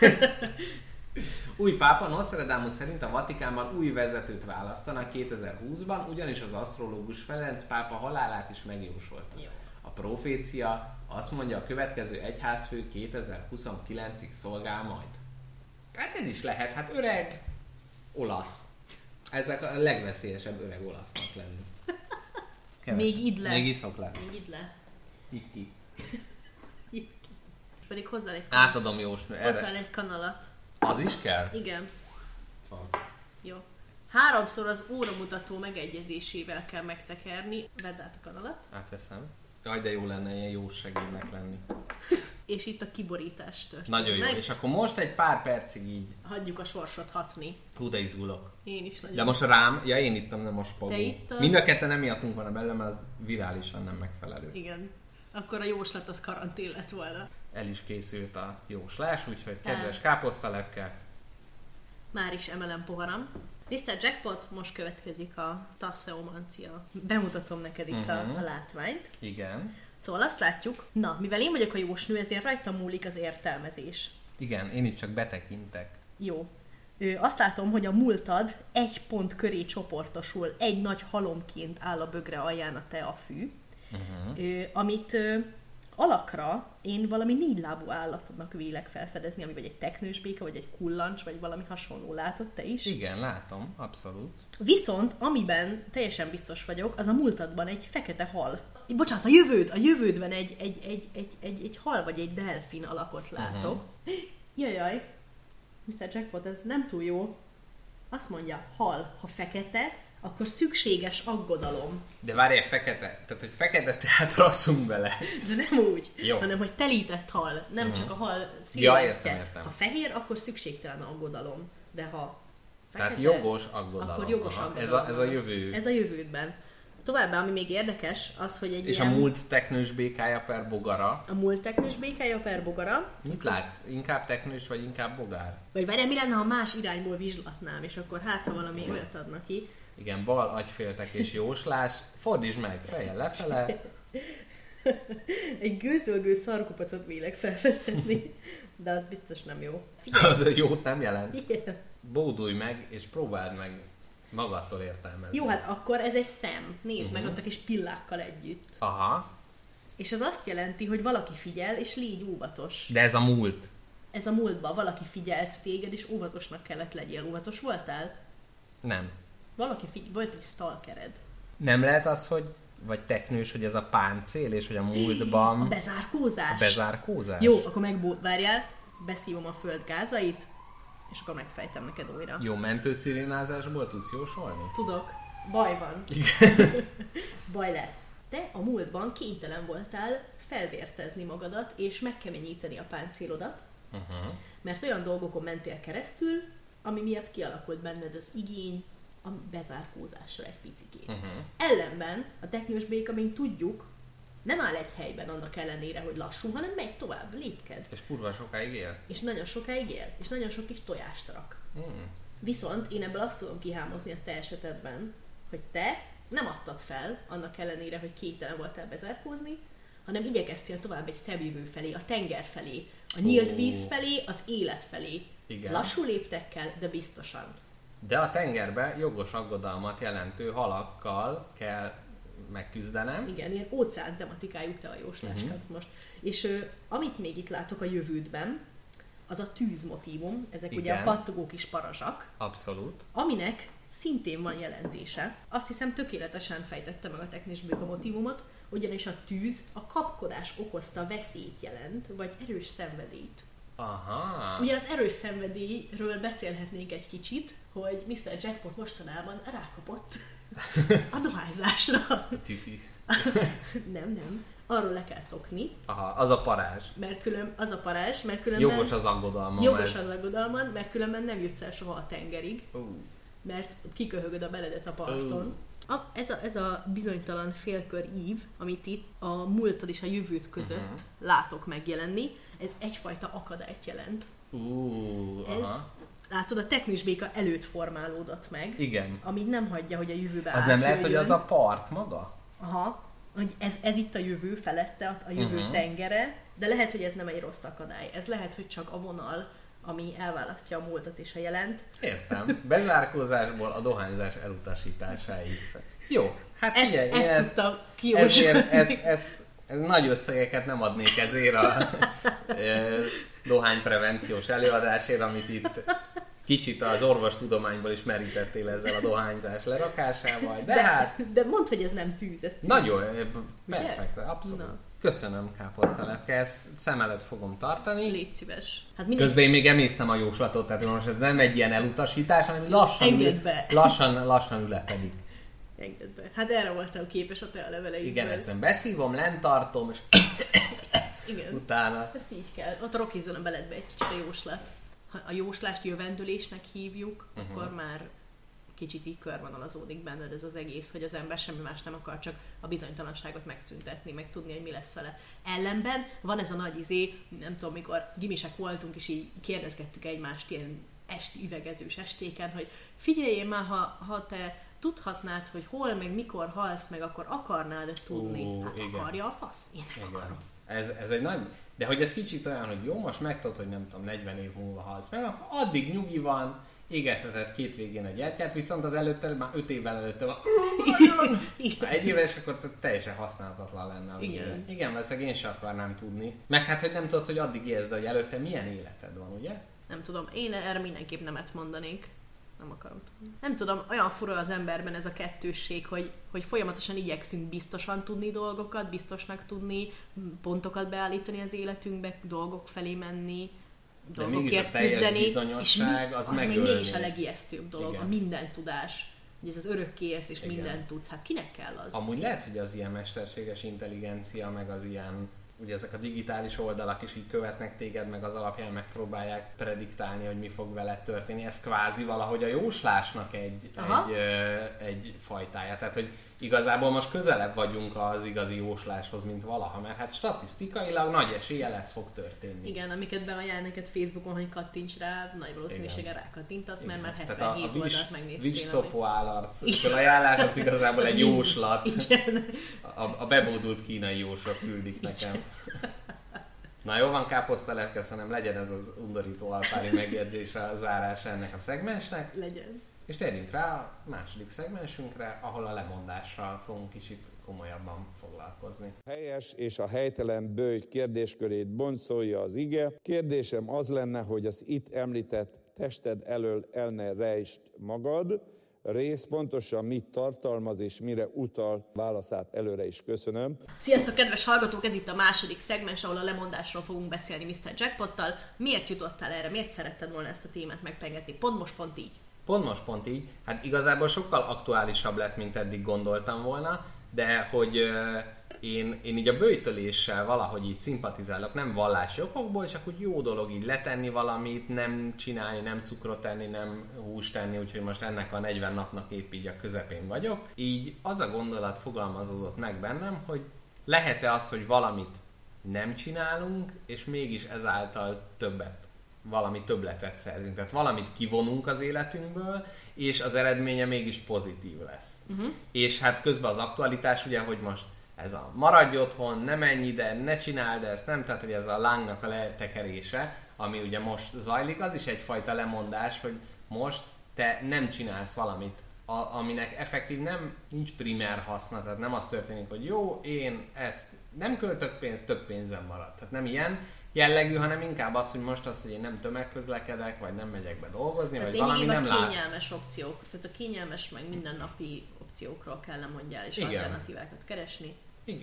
Új pápa Nostradamus szerint a Vatikánban új vezetőt választanak 2020-ban, ugyanis az asztrológus Ferenc pápa halálát is megjósolta. Jó. A profécia azt mondja, a következő egyházfő 2029-ig szolgál majd. Hát ez is lehet, hát öreg olasz. Ezek a legveszélyesebb öreg olasznak lenni. Még idd le. Még iszok le. Még idd le. Itt ki. Itt ki. Pedig hozzá egy Átadom Jósnő, hozzá erre. egy kanalat. Az is kell? Igen. Van. Jó. 3-szor az óramutató megegyezésével kell megtekerni. Vedd át a kanalat. Átveszem. Jaj, de jó lenne ilyen jó segédnek lenni. És itt a kiborítás történik. Nagyon jó. Meg. És akkor most egy pár percig így. Hagyjuk a sorsot hatni. Hú, de izgulok. Én is nagyon. De most rám, ja én ittam, nem a spagó. Te ittad? Mind a ketten emiattunk van a belőle, mert az virálisan nem megfelelő. Igen. Akkor a jóslat az karantén lett volna. El is készült a jóslás, úgyhogy kedves káposztalepke. Már is emelem poharam. Mr. Jackpot, most következik a Tasseomancia. Bemutatom neked itt a látványt. Igen. Szóval azt látjuk, na, mivel én vagyok a jósnő, ezért rajta múlik az értelmezés. Igen, én itt csak betekintek. Jó. Azt látom, hogy a múltad egy pont köré csoportosul, egy nagy halomként áll a bögre alján a teafű, amit alakra én valami 4 lábú állatnak vélek felfedezni, ami vagy egy teknős béka, vagy egy kullancs, vagy valami hasonló. Látod te is? Igen, látom, abszolút. Viszont, amiben teljesen biztos vagyok, az a múltadban egy fekete hal. Bocsánat, a jövődben egy hal vagy egy delfin alakot látok. Jajjaj, Mr. Jackpot, ez nem túl jó. Azt mondja, hal, ha fekete, akkor szükséges aggodalom. De várjál, fekete, tehát hogy fekete, tehát rasszunk bele. De nem úgy, Jó. hanem hogy telített hal, nem csak a hal Ja, szilvetje. értem. Ha fehér, akkor szükségtelen aggodalom. De ha fekete, Tehát jogos aggodalom. akkor jogos Aha, aggodalom. Ez a jövő. Ez a jövődben. Továbbá, ami még érdekes, az, hogy egy És ilyen... a múlt teknős békája per bogara. A múlt teknős békája per bogara. Mit látsz? Inkább teknős, vagy inkább bogár? Vagy várjál, mi lenne, ha más irányból vizslatnám, és akkor hát, ha valami olyat adnak ki. Igen, bal agyféltek és jóslás. Fordítsd meg, fejjel lefele. Egy gőzölgő szarkupacot vélek felfedezni, de az biztos nem jó. Az jót nem jelent. Igen. Bódulj meg, és próbáld meg magadtól értelmezni. Jó, hát akkor ez egy szem. Nézd meg ott a kis pillákkal együtt. Aha, És az azt jelenti, hogy valaki figyel, és légy óvatos. de ez a múlt. Ez a múltban valaki figyelt téged, és óvatosnak kellett legyél. Óvatos voltál? Nem. Volt egy stalkered. Nem lehet az, hogy vagy teknős, hogy ez a páncél, és hogy a múltban A bezárkózás. a bezárkózás? Jó, akkor várjál, beszívom a föld gázait, és akkor megfejtem neked újra. Jó, mentőszirénázásból tudsz jósolni? Tudok, baj van. Igen. Baj lesz. Te a múltban kénytelen voltál felvértezni magadat, és megkeményíteni a páncélodat, mert olyan dolgokon mentél keresztül, ami miatt kialakult benned az igény a bezárkózásra egy picikét. Ellenben a teknős béka, mint tudjuk, nem áll egy helyben annak ellenére, hogy lassú, hanem megy tovább, lépked. És kurva sokáig él. És nagyon sokáig él, és nagyon sok kis tojást rak. Viszont én ebből azt tudom kihámozni a te esetedben, hogy te nem adtad fel, annak ellenére, hogy képtelen voltál bezárkózni, hanem igyekeztél tovább egy szebb jövő felé, a tenger felé, a nyílt víz felé, az élet felé. Igen. Lassú léptekkel, de biztosan. De a tengerbe jogos aggodalmat jelentő halakkal kell megküzdenem. Igen, ilyen óceán tematikájú teajósláskat most. És amit még itt látok a jövődben, az a tűzmotívum, ezek ugye a pattogó kis parazsak. Abszolút. Aminek szintén van jelentése. Azt hiszem tökéletesen fejtette meg a teknős béka motívumot, ugyanis a tűz a kapkodás okozta veszélyt jelent, vagy erős szenvedélyt. Aha. Ugye az erős szenvedélyről beszélhetnénk egy kicsit, hogy Mr. Jackpot mostanában rákapott a dohányzásra. Tütü. Nem. Arról le kell szokni. Aha, az a parázs. Mert különben... Jogos az aggodalmam. Jogos az aggodalmad, mert különben nem jutsz el soha a tengerig. Mert kiköhögöd a beledet a parton. Ez a bizonytalan félkör ív, amit itt a múltad és a jövőd között látok megjelenni, ez egyfajta akadályt jelent. Ez, látod, a teknős béka előtt formálódott meg. Igen. Ami nem hagyja, hogy a jövőbe Az nem lehet, hogy az a part maga? Aha. Hogy ez itt a jövő felette, a jövő tengere, de lehet, hogy ez nem egy rossz akadály. Ez lehet, hogy csak a vonal, ami elválasztja a múltat és a jelent. Értem. Bezárkózásból a dohányzás elutasításáig. Jó, hát figyelj, ezt tudtam kiúzni. Ez nagy összegeket nem adnék ezért a dohányprevenciós előadásért, amit itt kicsit az orvostudományból is merítettél ezzel a dohányzás lerakásával, de mondd, hogy ez nem tűz, ez tűz. Nagyon, perfekt, abszolút. Na. Köszönöm, káposztalepke, ezt szem előtt fogom tartani. Légy szíves. Hát közben én még emésztem a jóslatot, tehát most ez nem egy ilyen elutasítás, hanem lassan ülepedik. Engedd be. Hát erre voltam képes a te a leveleidből. Igen, egyszerűen beszívom, lent tartom, és igen. Utána. Ezt így kell. Ott rokizzon a beledbe egy kicsit a jóslat. Ha a jóslást jövendőlésnek hívjuk, akkor már kicsit így körvonalazódik benned ez az egész, hogy az ember semmi más nem akar, csak a bizonytalanságot megszüntetni, meg tudni, hogy mi lesz vele. Ellenben van ez a nagy nem tudom, mikor gimisek voltunk, és így kérdezgettük egymást ilyen üvegezős estéken, hogy figyeljél már, ha te tudhatnád, hogy hol, meg mikor halsz, meg akkor akarnád tudni. Hát igen. Akarja a fasz? Én nem akarom. Ez egy nagy... De hogy ez kicsit olyan, hogy jó, most megtudod, hogy nem tudom, 40 év múlva halsz meg, akkor addig nyugi van, égetheted két végén a gyertyát, viszont az előtte, már 5 évvel előtte van, egy éves, akkor teljesen használhatatlan lenne a végén. Igen, valószínűleg én sem akarnám tudni. Meg hát, hogy nem tudod, hogy addig érzed, hogy előtte milyen életed van, ugye? Nem tudom, én erre mindenképp nemet mondanék. Nem akarom tudni. Nem tudom, olyan fura az emberben ez a kettősség, hogy folyamatosan igyekszünk biztosan tudni dolgokat, biztosnak tudni, pontokat beállítani az életünkbe, dolgok felé menni, de dolgokért küzdeni, és az még mégis a legijesztőbb dolog, igen. A minden tudás. Hogy ez az örökké élsz, és igen. Mindent tudsz. Hát kinek kell az? Amúgy lehet, hogy az ilyen mesterséges intelligencia, meg az ilyen, ugye ezek a digitális oldalak is így követnek téged, meg az alapján megpróbálják prediktálni, hogy mi fog veled történni. Ez kvázi valahogy a jóslásnak egy fajtája. Tehát, hogy igazából most közelebb vagyunk az igazi jósláshoz, mint valaha, mert hát statisztikailag nagy eséllyel ez fog történni. Igen, amiket beajánl neked Facebookon, hogy kattints rá, nagy valószínűséggel rákattintasz, mert már 77 oldalt megnéztél. A Wish állarc felajánlás az igazából egy jóslat. Igen. A bebódult kínai jóslat küldik nekem. Na jó van, káposztalepke, köszönöm, legyen ez az undorító alpári megjegyzés a zárása ennek a szegmensnek. Legyen. És térjünk rá a második szegmensünkre, ahol a lemondással fogunk kicsit komolyabban foglalkozni. Helyes és a helytelen böjj kérdéskörét boncolja az ige. Kérdésem az lenne, hogy az itt említett tested elől el ne rejtsd magad. Rész pontosan mit tartalmaz és mire utal, válaszát előre is köszönöm. Sziasztok, kedves hallgatók! Ez itt a második szegmens, ahol a lemondásról fogunk beszélni Mr. Jackpottal. Miért jutottál erre? Miért szeretted volna ezt a témát megpengetni? Pont most, pont így. Pont most, pont így. Hát igazából sokkal aktuálisabb lett, mint eddig gondoltam volna, de hogy én így a böjtöléssel valahogy így szimpatizálok, nem vallási okokból, csak úgy jó dolog így letenni valamit, nem csinálni, nem cukrot tenni, nem húst tenni, úgyhogy most ennek a 40 napnak épp így a közepén vagyok. Így az a gondolat fogalmazódott meg bennem, hogy lehet-e az, hogy valamit nem csinálunk, és mégis ezáltal valami többletet szerzünk. Tehát valamit kivonunk az életünkből, és az eredménye mégis pozitív lesz. És hát közben az aktualitás ugye, hogy most ez a maradj otthon, ne menj ide, ne csináld ezt, nem? Tehát, hogy ez a lángnak a letekerése, ami ugye most zajlik, az is egyfajta lemondás, hogy most te nem csinálsz valamit, aminek effektív nincs primer haszna, tehát nem az történik, hogy jó, én ezt nem költök pénzt, több pénzem marad. Tehát nem ilyen jellegű, hanem inkább az, hogy most az, hogy én nem tömegközlekedek, vagy nem megyek be dolgozni, tehát vagy valami nem lát. Tehát a kényelmes opciók, tehát a kényelmes, meg mindennapi opciókról kell lemondjál, és alternatívákat keresni.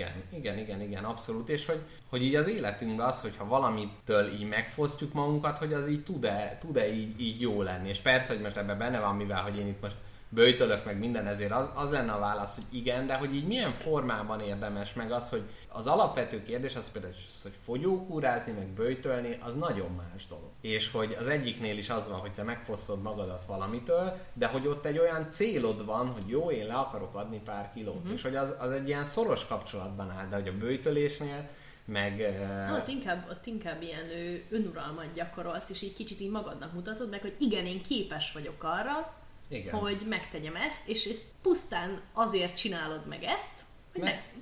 Igen, abszolút. És hogy így az életünkben az, hogyha valamitől így megfosztjuk magunkat, hogy az így tud-e így jó lenni. És persze, hogy most ebben benne van, mivel, hogy én itt most böjtölök meg minden, ezért az lenne a válasz, hogy igen, de hogy így milyen formában érdemes, meg az, hogy az alapvető kérdés az például, hogy fogyókúrázni, meg böjtölni, az nagyon más dolog. És hogy az egyiknél is az van, hogy te megfosztod magadat valamitől, de hogy ott egy olyan célod van, hogy jó, én le akarok adni pár kilót, és hogy az egy ilyen szoros kapcsolatban áll, de hogy a böjtölésnél meg... Ott inkább ilyen önuralmat gyakorolsz, és így kicsit így magadnak mutatod meg, hogy igen, én képes vagyok arra, igen. Hogy megtegyem ezt, és ezt pusztán azért csinálod meg ezt, hogy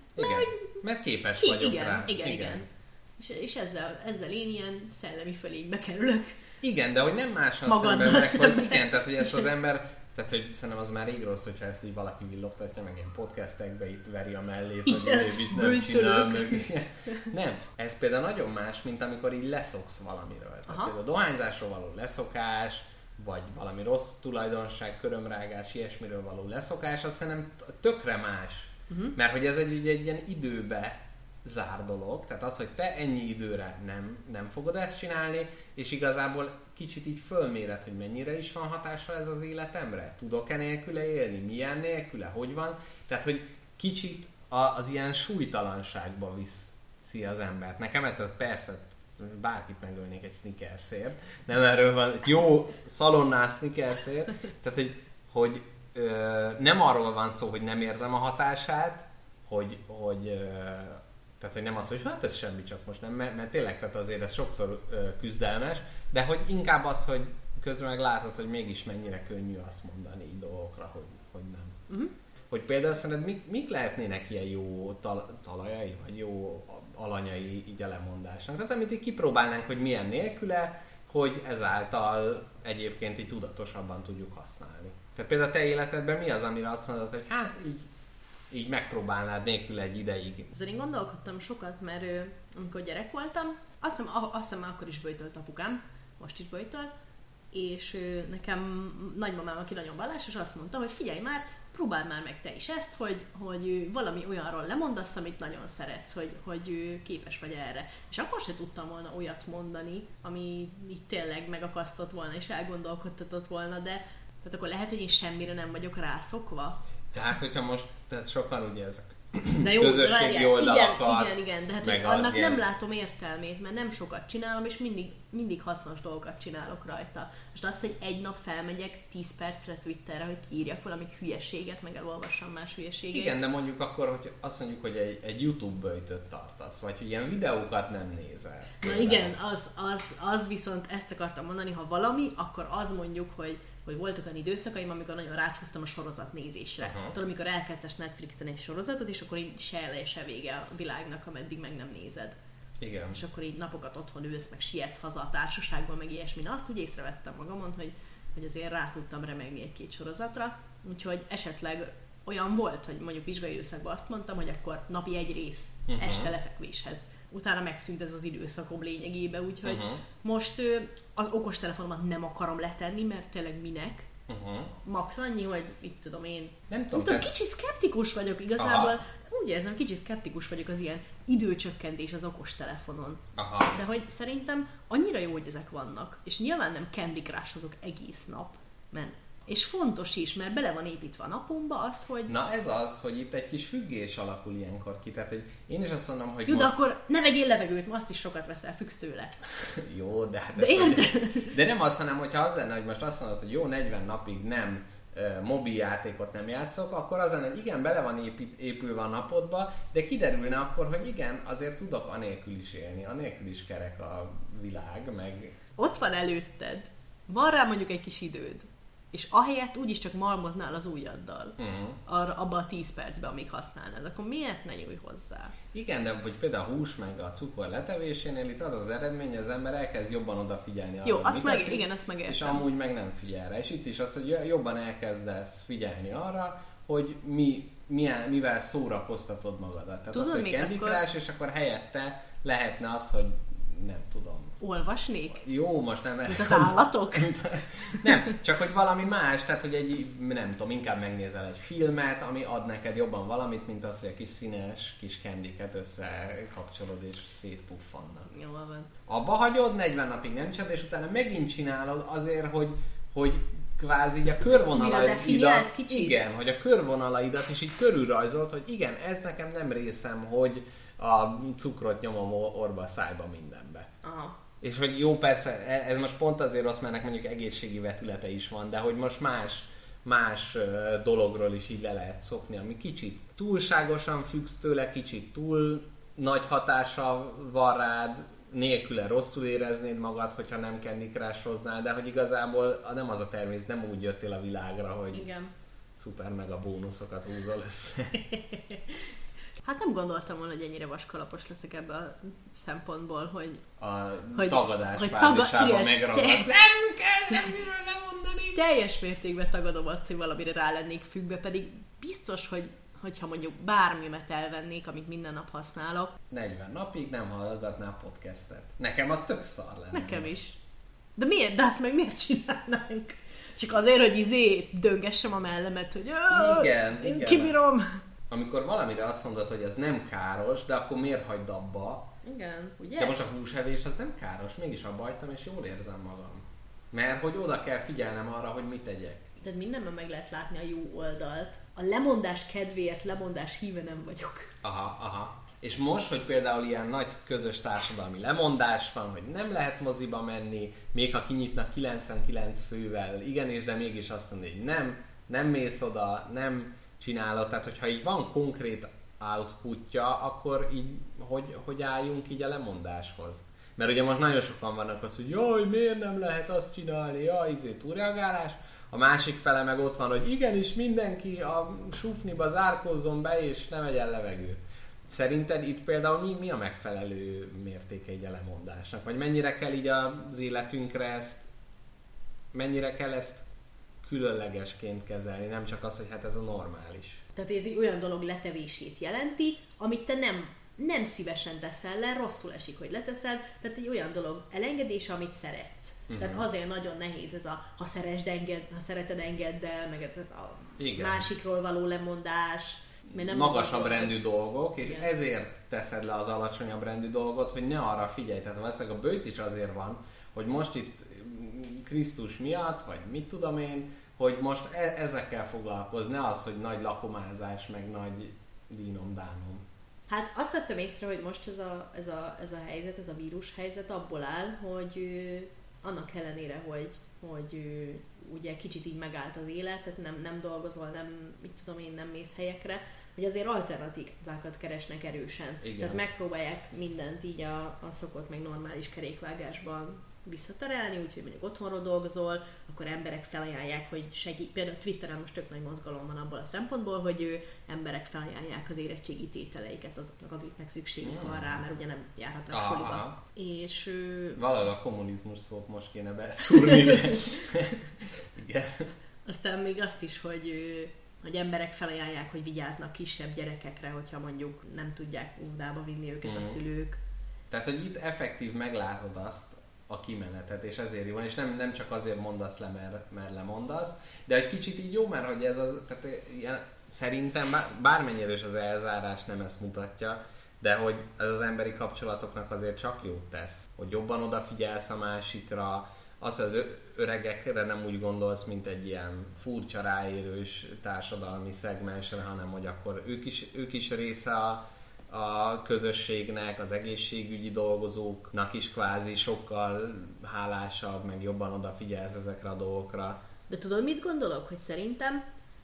mert képes vagyok rá. Igen. És ezzel én ilyen szellemi fölénybe kerülök. Igen, de hogy nem mással szemben meg, hogy igen, tehát hogy ezt az ember, tehát hogy szerintem az már rég rossz, hogyha ezt így valaki villogtatja, meg ilyen podcastekbe itt veri a mellét, hogy ő mit nem csinál, meg nem, ez például nagyon más, mint amikor így leszoksz valamiről. Tehát például a dohányzásról való leszokás, vagy valami rossz tulajdonság, körömrágás, ilyesmiről való leszokás, azt szerintem tökre más. Mert hogy ez egy ilyen időbe zár dolog, tehát az, hogy te ennyi időre nem fogod ezt csinálni, és igazából kicsit így fölméred, hogy mennyire is van hatással ez az életemre, tudok-e nélküle élni, milyen nélküle, hogy van, tehát hogy kicsit az ilyen súlytalanságba viszi az embert. Nekem persze bárkit megölnék egy Snickersért, nem erről van, jó szalonnás Snickersért, tehát hogy nem arról van szó, hogy nem érzem a hatását, tehát hogy nem az, hogy hát ez semmi, csak most nem, mert tényleg, tehát azért ez sokszor küzdelmes, de hogy inkább az, hogy közben meg látod, hogy mégis mennyire könnyű azt mondani így dolgokra, hogy nem. Hogy például szerinted mik lehetnének ilyen jó talajai, vagy jó alanyai így a lemondásnak? Tehát amit így kipróbálnánk, hogy milyen nélküle, hogy ezáltal egyébként így tudatosabban tudjuk használni. Tehát például a te életedben mi az, amire azt mondod, hogy hát így megpróbálnád nélkül egy ideig? Azért én gondolkodtam sokat, mert amikor gyerek voltam, azt hiszem akkor is böjtölt apukám, most is böjtöl, és nekem nagymamám, aki nagyon vallásos, azt mondta, hogy figyelj már, próbáld már meg te is ezt, hogy valami olyanról lemondasz, amit nagyon szeretsz, hogy képes vagy erre. És akkor se tudtam volna olyat mondani, ami itt tényleg megakasztott volna és elgondolkodtatott volna, de tehát akkor lehet, hogy én semmire nem vagyok rászokva. Tehát, hogyha most sokan ugye ezek de jó, közösségi oldalakat, igen, de hát annak nem látom értelmét, mert nem sokat csinálom, és mindig hasznos dolgokat csinálok rajta. Most az, hogy egy nap felmegyek 10 percre Twitterre, hogy kiírjak valami hülyeséget, meg elolvassam más hülyeséget. Igen, de mondjuk akkor, hogy azt mondjuk, hogy egy YouTube böjtöt tartasz, vagy hogy ilyen videókat nem nézel. Na igen, az viszont ezt akartam mondani, ha valami, akkor az mondjuk, hogy voltak olyan időszakaim, amikor nagyon rácsúsztam a sorozat nézésre. Tudod, amikor elkezdesz Netflixen egy sorozatot, és akkor így se eleje, se vége a világnak, ameddig meg nem nézed. Igen. És akkor így napokat otthon ülsz, meg sietsz haza a társaságban, meg ilyesmi. Azt úgy észrevettem magamon, hogy azért rá tudtam remegni egy-két sorozatra. Úgyhogy esetleg olyan volt, hogy mondjuk vizsgai időszakban azt mondtam, hogy akkor napi egy rész este lefekvéshez. Utána megszűnt ez az időszakom lényegében, úgyhogy most az okostelefonomat nem akarom letenni, mert tényleg minek. Max annyi, hogy mit tudom én. Nem tudom, kicsit szkeptikus vagyok igazából. Úgy érzem, kicsit szkeptikus vagyok az ilyen időcsökkentés az okostelefonon. De hogy szerintem annyira jó, hogy ezek vannak. És nyilván nem Candy Crush azok egész nap, mert és fontos is, mert bele van építve a napomba az, hogy... Na ez az, hogy itt egy kis függés alakul ilyenkor ki. Tehát, hogy én is azt mondom, hogy Jó, most... de akkor ne vegyél levegőt, mert azt is sokat veszel, függsz tőle. Jó, de hát... De nem az, hanem hogyha az lenne, hogy most azt mondod, hogy jó, 40 napig nem mobil játékot nem játszok, akkor az lenne, hogy igen, bele van épülve a napodba, de kiderülne akkor, hogy igen, azért tudok anélkül is élni, anélkül is kerek a világ, meg... Ott van előtted, van rá mondjuk egy kis időd, és ahelyett úgyis csak malmoznál az ujjaddal, abba a 10 percben, amíg használnád, akkor miért ne nyújj hozzá? Igen, de hogy például a hús meg a cukor letevésénél itt az az eredmény, hogy az ember elkezd jobban odafigyelni arra, jó, azt azt megértem. És amúgy meg nem figyel rá. És itt is az, hogy jobban elkezdesz figyelni arra, hogy mivel szórakoztatod magadat. Tehát Tudod, az, hogy Candy Crush, és akkor helyette lehetne az, hogy nem tudom. Olvasnék? Jó, most nem... Mint az állatok? Nem, csak hogy valami más, tehát hogy egy, nem tudom, inkább megnézel egy filmet, ami ad neked jobban valamit, mint az, hogy a kis színes kis candyket összekapcsolod és szétpuffannak. Jól van. Abba hagyod, 40 napig nem csinálod, és utána megint csinálod azért, hogy kvázi így a körvonalaidat, igen, hogy a körvonalaidat is így körülrajzolt, hogy igen, ez nekem nem részem, hogy a cukrot nyomom orba a szájba mindenbe. Aha. És hogy jó, persze, ez most pont azért rossz, mert mondjuk egészségi vetülete is van, de hogy most más dologról is így le lehet szokni, ami kicsit túlságosan függsz tőle, kicsit túl nagy hatása van rád, nélküle rosszul éreznéd magad, hogyha nem Candy Crush-oznál, de hogy igazából nem az a természet, nem úgy jöttél a világra, hogy igen. Szuper meg a bónuszokat húzol össze. Hát nem gondoltam volna, hogy ennyire vaskalapos leszek ebből a szempontból, hogy... Tagadás fázisában megragadsz. Nem kell semmiről lemondani! Teljes mértékben tagadom azt, hogy valamire rá lennék függve, pedig biztos, hogyha mondjuk bármimet elvennék, amit minden nap használok. 40 napig nem hallgatnál podcastet. Nekem az tök szar lenne. Nekem is. De miért? De azt meg miért csinálnánk? Csak azért, hogy döngessem a mellemet, hogy igen. kibírom. Amikor valamire azt mondod, hogy ez nem káros, de akkor miért hagyd abba? Igen, ugye? De most a húsevés az nem káros, mégis abba hagytam, és jól érzem magam. Mert hogy oda kell figyelnem arra, hogy mit tegyek. Tehát mindenben meg lehet látni a jó oldalt. A lemondás kedvéért lemondás híve nem vagyok. Aha. És most, hogy például ilyen nagy közös társadalmi lemondás van, hogy nem lehet moziba menni, még ha kinyitnak 99 fővel, igenis, de mégis azt mondja, hogy nem mész oda, nem csinálod. Tehát, hogyha így van konkrét outputja, akkor így hogy álljunk így a lemondáshoz? Mert ugye most nagyon sokan vannak az, hogy jaj, miért nem lehet azt csinálni, jaj, túlreagálás. A másik fele meg ott van, hogy igenis mindenki a sufniba zárkózzon be, és ne vegyen levegőt. Szerinted itt például mi a megfelelő mértéke így a lemondásnak? Vagy mennyire kell így az életünkre mennyire kell ezt különlegesként kezelni, nem csak az, hogy hát ez a normális. Tehát ez egy olyan dolog letevését jelenti, amit te nem szívesen teszel le, rosszul esik, hogy leteszel, tehát egy olyan dolog elengedése, amit szeretsz. Tehát azért nagyon nehéz ez ha szereted, engedd el, meg a másikról való lemondás. Nem magasabb rendű dolgok, és ezért teszed le az alacsonyabb rendű dolgot, hogy ne arra figyelj. Tehát valószínűleg a bőjt is azért van, hogy most itt Krisztus miatt, vagy mit tudom én, hogy most ezekkel foglalkozni, ne az, hogy nagy lakomázás, meg nagy dínom-dánom. Hát azt vettem észre, hogy most ez a helyzet, ez a vírus helyzet abból áll, hogy annak ellenére, hogy ugye kicsit így megállt az élet, tehát nem dolgozol, nem mész helyekre, hogy azért alternatívákat keresnek erősen. Igen. Tehát megpróbálják mindent így a szokott, meg normális kerékvágásban visszaterelni, úgyhogy mondjuk otthonról dolgozol, akkor emberek felajánlják, hogy segít. Például Twitteren most tök nagy mozgalom van abból a szempontból, hogy emberek felajánlják az érettségi tételeiket azoknak, akiknek szükségük van rá, mert ugye nem járhatnak soliba. És valahol a kommunizmus szót most kéne beszúrni, de igen. Aztán még azt is, hogy emberek felajánlják, hogy vigyáznak kisebb gyerekekre, hogyha mondjuk nem tudják óvodába vinni őket a szülők. Tehát, hogy itt effektív meglátod azt, a kimenetet, és ezért jó, és nem csak azért mondasz le, mert lemondasz, de egy kicsit így jó, mert hogy ez az, tehát ilyen, szerintem bármennyire is az elzárás nem ezt mutatja, de hogy ez az emberi kapcsolatoknak azért csak jót tesz, hogy jobban odafigyelsz a másikra, az öregekre nem úgy gondolsz, mint egy ilyen furcsa ráérős társadalmi szegmensre, hanem hogy akkor ők is része a közösségnek, az egészségügyi dolgozóknak is kvázi sokkal hálásabb, meg jobban odafigyelsz ezekre a dolgokra. De tudod, mit gondolok? Hogy szerintem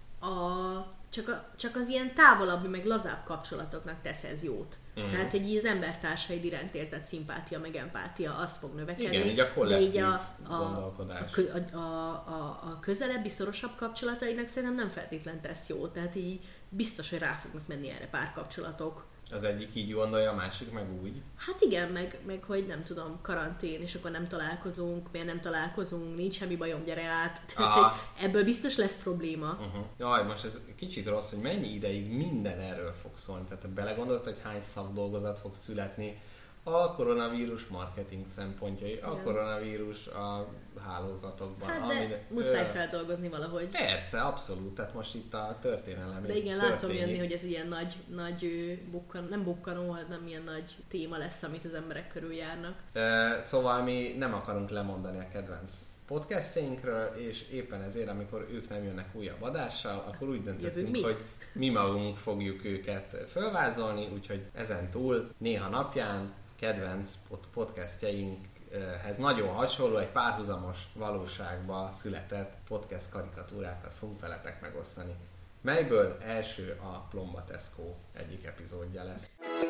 csak az ilyen távolabbi, meg lazább kapcsolatoknak tesz ez jót. Tehát, hogy így az embertársaid iránt érzett szimpátia, meg empátia, az fog növekedni. Igen, így a kollektív gondolkodás. A közelebbi, szorosabb kapcsolataidnak szerintem nem feltétlen tesz jót. Tehát így biztos, hogy rá fognak menni erre párkapcsolatok. Az egyik így gondolja, a másik meg úgy. Hát igen, meg hogy nem tudom, karantén, és akkor nem találkozunk, miért nem találkozunk, nincs semmi bajom, gyere át. Tehát, ebből biztos lesz probléma. Jaj, most ez kicsit rossz, hogy mennyi ideig minden erről fog szólni. Tehát belegondolsz, hogy hány szakdolgozat fog születni a koronavírus marketing szempontjai, a koronavírus a hálózatokban. Hát de muszáj feldolgozni valahogy. Persze, abszolút. Tehát most itt a történelem. De igen, látom jönni, hogy ez ilyen nagy nem bukkanó, hanem ilyen nagy téma lesz, amit az emberek körül járnak. Szóval mi nem akarunk lemondani a kedvenc podcastjainkről, és éppen ezért, amikor ők nem jönnek újabb adással, akkor úgy döntöttünk, hogy mi magunk fogjuk őket fölvázolni, úgyhogy ezen túl néha napján kedvenc podcastjeinkhez nagyon hasonló, egy párhuzamos valóságba született podcast karikatúrákat fogunk veletek megosztani, melyből első a Plomba Tesco egyik epizódja lesz.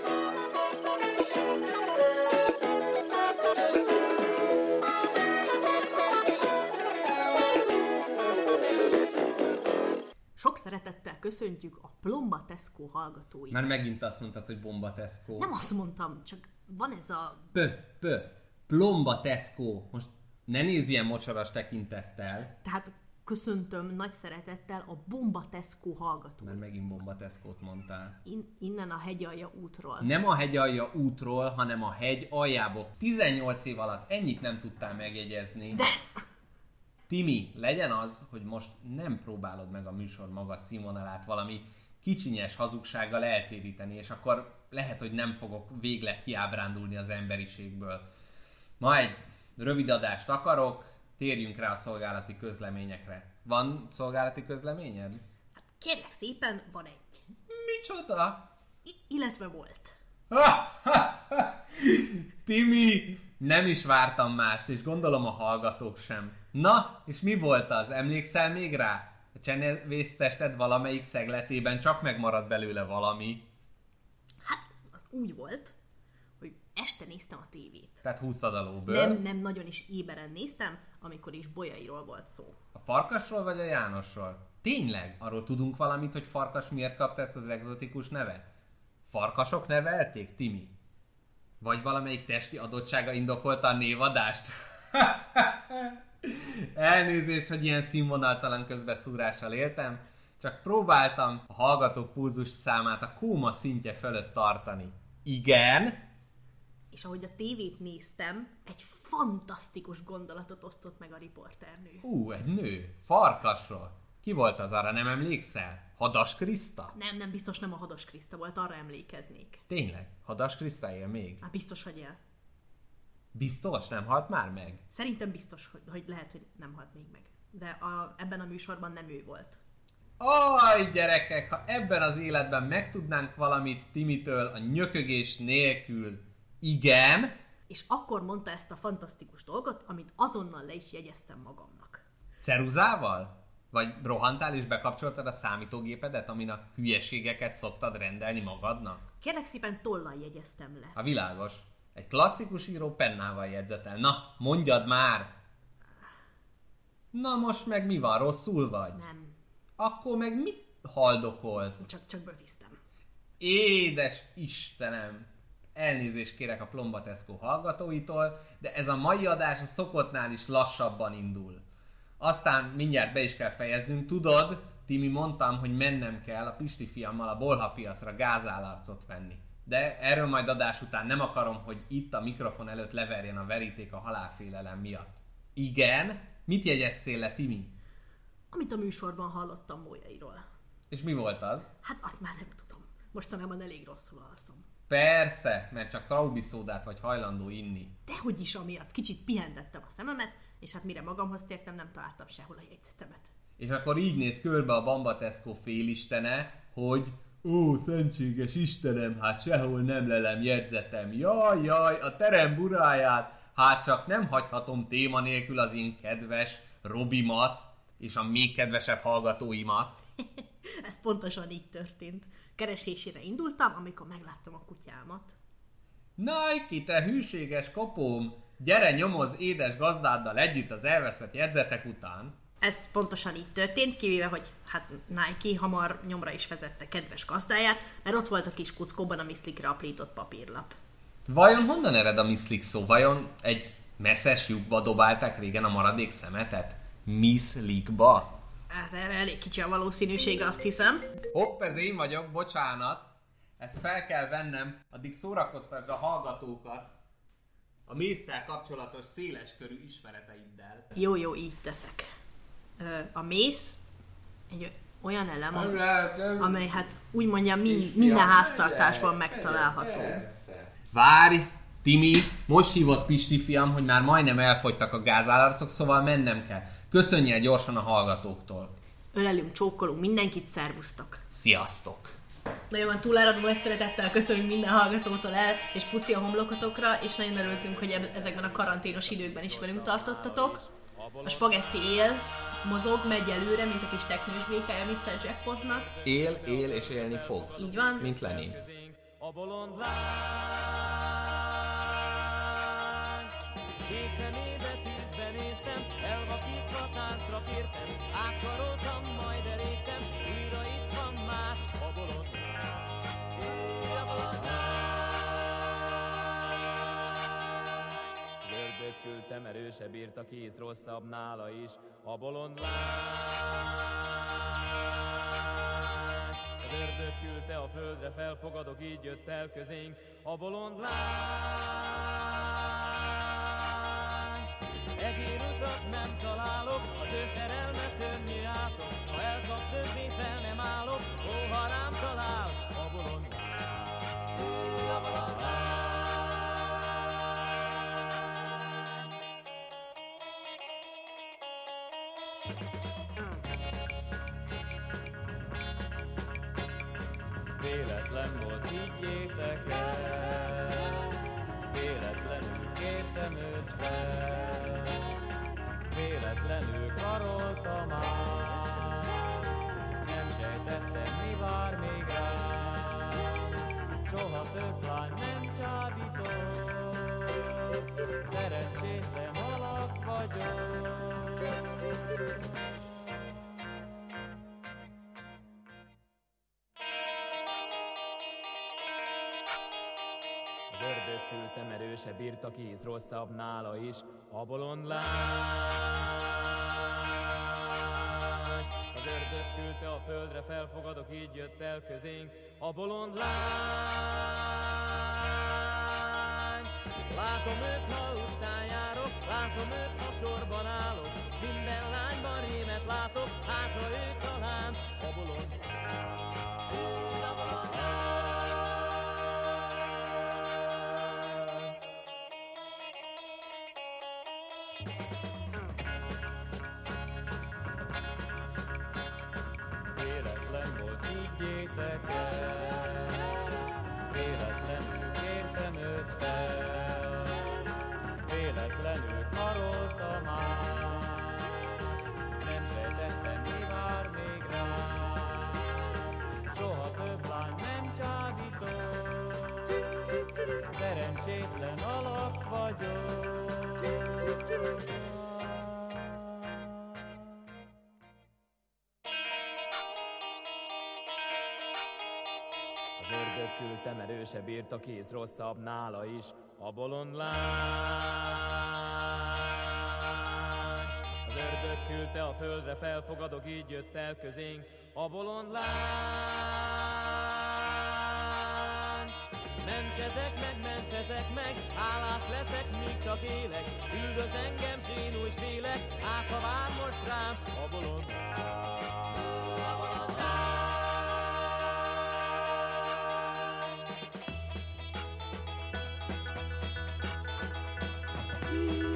Sok szeretettel köszöntjük a Plomba Tesco hallgatóit. Már megint azt mondtad, hogy Bomba Tesco. Nem azt mondtam, csak van ez a... Plomba Tesco. Most ne nézz ilyen mocsaras tekintettel. Tehát köszöntöm nagy szeretettel a Bomba Tesco hallgatóit. Már megint Bomba Tesco-t mondtál. Innen a hegyalja útról. Nem a hegyalja útról, hanem a hegy aljából. 18 év alatt ennyit nem tudtál megjegyezni. De... Timi, legyen az, hogy most nem próbálod meg a műsor magas színvonalát valami kicsinyes hazugsággal eltéríteni, és akkor lehet, hogy nem fogok végleg kiábrándulni az emberiségből. Ma egy rövid adást akarok, térjünk rá a szolgálati közleményekre. Van szolgálati közleményed? Hát kérlek szépen, van egy. Micsoda? Illetve volt. Timi, nem is vártam mást, és gondolom a hallgatók sem. Na, és mi volt az? Emlékszel még rá? A csenevésztested valamelyik szegletében csak megmaradt belőle valami. Hát, az úgy volt, hogy este néztem a tévét. Tehát húszad a lóből. Nem, nagyon is éberen néztem, amikor is Bolyairól volt szó. A Farkasról vagy a Jánosról? Tényleg? Arról tudunk valamit, hogy Farkas miért kapta ezt az egzotikus nevet? Farkasok nevelték, Timi? Vagy valamelyik testi adottsága indokolta a névadást? Elnézést, hogy ilyen színvonaltalan közbeszúrással éltem, csak próbáltam a hallgatók pulzus számát a kóma szintje fölött tartani. Igen? És ahogy a tévét néztem, egy fantasztikus gondolatot osztott meg a riporternő. Egy nő. Farkasról. Ki volt az, arra nem emlékszel? Hadas Kriszta? Nem, biztos nem a Hadas Kriszta volt, arra emlékeznék. Tényleg? Hadas Kriszta él még? Hát biztos, hogy él. Biztos? Nem halt már meg? Szerintem biztos, hogy lehet, hogy nem halt még meg. De ebben a műsorban nem ő volt. Aj, gyerekek, ha ebben az életben megtudnánk valamit Timitől a nyökögés nélkül. Igen? És akkor mondta ezt a fantasztikus dolgot, amit azonnal le is jegyeztem magamnak. Ceruzával? Vagy rohantál és bekapcsoltad a számítógépedet, amin a hülyeségeket szoktad rendelni magadnak? Kérlek szépen tollal jegyeztem le. A világos. Egy klasszikus író pennával jegyzetel. Na, mondjad már! Na most meg mi van? Rosszul vagy? Nem. Akkor meg mit haldokolsz? Csak bövisztem. Édes Istenem! Elnézést kérek a Plomba Tesco hallgatóitól, de ez a mai adás a szokottnál is lassabban indul. Aztán mindjárt be is kell fejeznünk. Tudod, Timi, mondtam, hogy mennem kell a Pisti fiammal a bolhapiacra gázállarcot venni. De erről majd adás után, nem akarom, hogy itt a mikrofon előtt leverjen a veríték a halálfélelem miatt. Igen? Mit jegyeztél le, Timi? Amit a műsorban hallottam Bolyairól. És mi volt az? Hát azt már nem tudom. Mostanában elég rosszul alszom. Persze, mert csak traubiszódát vagy hajlandó inni. Dehogy is amiatt. Kicsit pihentettem a szememet, és hát mire magamhoz tértem, nem találtam sehol a jegyzetemet. És akkor így néz körbe a Bamba Tesco félistene, hogy ó, szentséges Istenem, hát sehol nem lelem jegyzetem. Jaj, a terem buráját, hát csak nem hagyhatom téma nélkül az én kedves Robimat, és a még kedvesebb hallgatóimat. Ez pontosan így történt. Keresésére indultam, amikor megláttam a kutyámat. Nike, te hűséges kopóm! Gyere, nyomozz édes gazdáddal együtt az elveszett jegyzetek után. Ez pontosan így történt, kivéve, hogy hát Nike hamar nyomra is vezette kedves gazdáját, mert ott volt a kis kuckóban a miszlikre aprított papírlap. Vajon honnan ered a miszlik szó? Vajon egy messzes lyukba dobálták régen a maradék szemetet? Miszlikba? Hát erre elég kicsi a valószínűsége, azt hiszem. Hopp, ez én vagyok, bocsánat. Ezt fel kell vennem, addig szórakoztasd a hallgatókat a mésszel kapcsolatos széleskörű ismereteiddel. Jó, így teszek. A mész egy olyan elem, amely hát úgy mondjam minden háztartásban megtalálható. Várj, Timi, most hívott Pisti fiam, hogy már majdnem elfogytak a gázállacok, szóval mennem kell. Köszönjél gyorsan a hallgatóktól. Ölelünk, csókolunk, mindenkit, szervusztok. Sziasztok! Nagyon van túláradó szeretettel köszönjük minden hallgatótól el, és puszi a homlokotokra, és nagyon örültünk, hogy ezekben a karanténos időkben is velünk tartottatok. A spagetti él, mozog, megy előre, mint a kis teknős békája Mr. Jackpotnak. Él és élni fog. Így van. Mint Lenin. A bolond lány, kék szemébe tűzbe néztem, elvakítva táncra kértem, átkaroltam, majd elégtem, újra itt van már a bolond lány. A bolond lány. Ördög küldtem, erősebb írt a kéz, rosszabb nála is, a bolond lány. Az ördög küldte a földre, felfogadok, így jött el közénk a bolond lány. Egér utat nem találok, az ő szerelme szörnyű átok, ha elkap többé fel nem állok, ó, ha rám talál a bolond lány. A bolond lány. Véletlen volt, higgyétek el, véletlenül kértem őt fel, véletlenül karoltam át, nem sejtettem, mi vár még rám, soha több lány nem csábított, szerencsétlen alak vagyok. Ördög küldtem, erősebb írt a kéz, rosszabb nála is, a bolond lány. Az ördög küldte a földre, felfogadok, így jött el közénk a bolond lány. Látom őt, ha utcán járok, látom őt, ha sorban állok, minden lányban rémet látok, hát ha ő talán a bolond lány. A bolond lány. Véletlen volt, higgyétek el, véletlenül kértem őt fel, véletlenül karoltam át, nem sejtettem, mi vár még rám, soha több lány nem csábított, szerencsétlen alak vagyok. Az ördög küldtem, erősebb írt a kéz, rosszabb nála is, a bolond lány. Az ördög küldte a földre, felfogadok, így jött el közénk a bolond lány. Mentsetek meg, hálás leszek, míg csak élek, üldöz engem, s én úgy félek, hát ha vár most rám a bolond lány. A bolond lány. Thank you.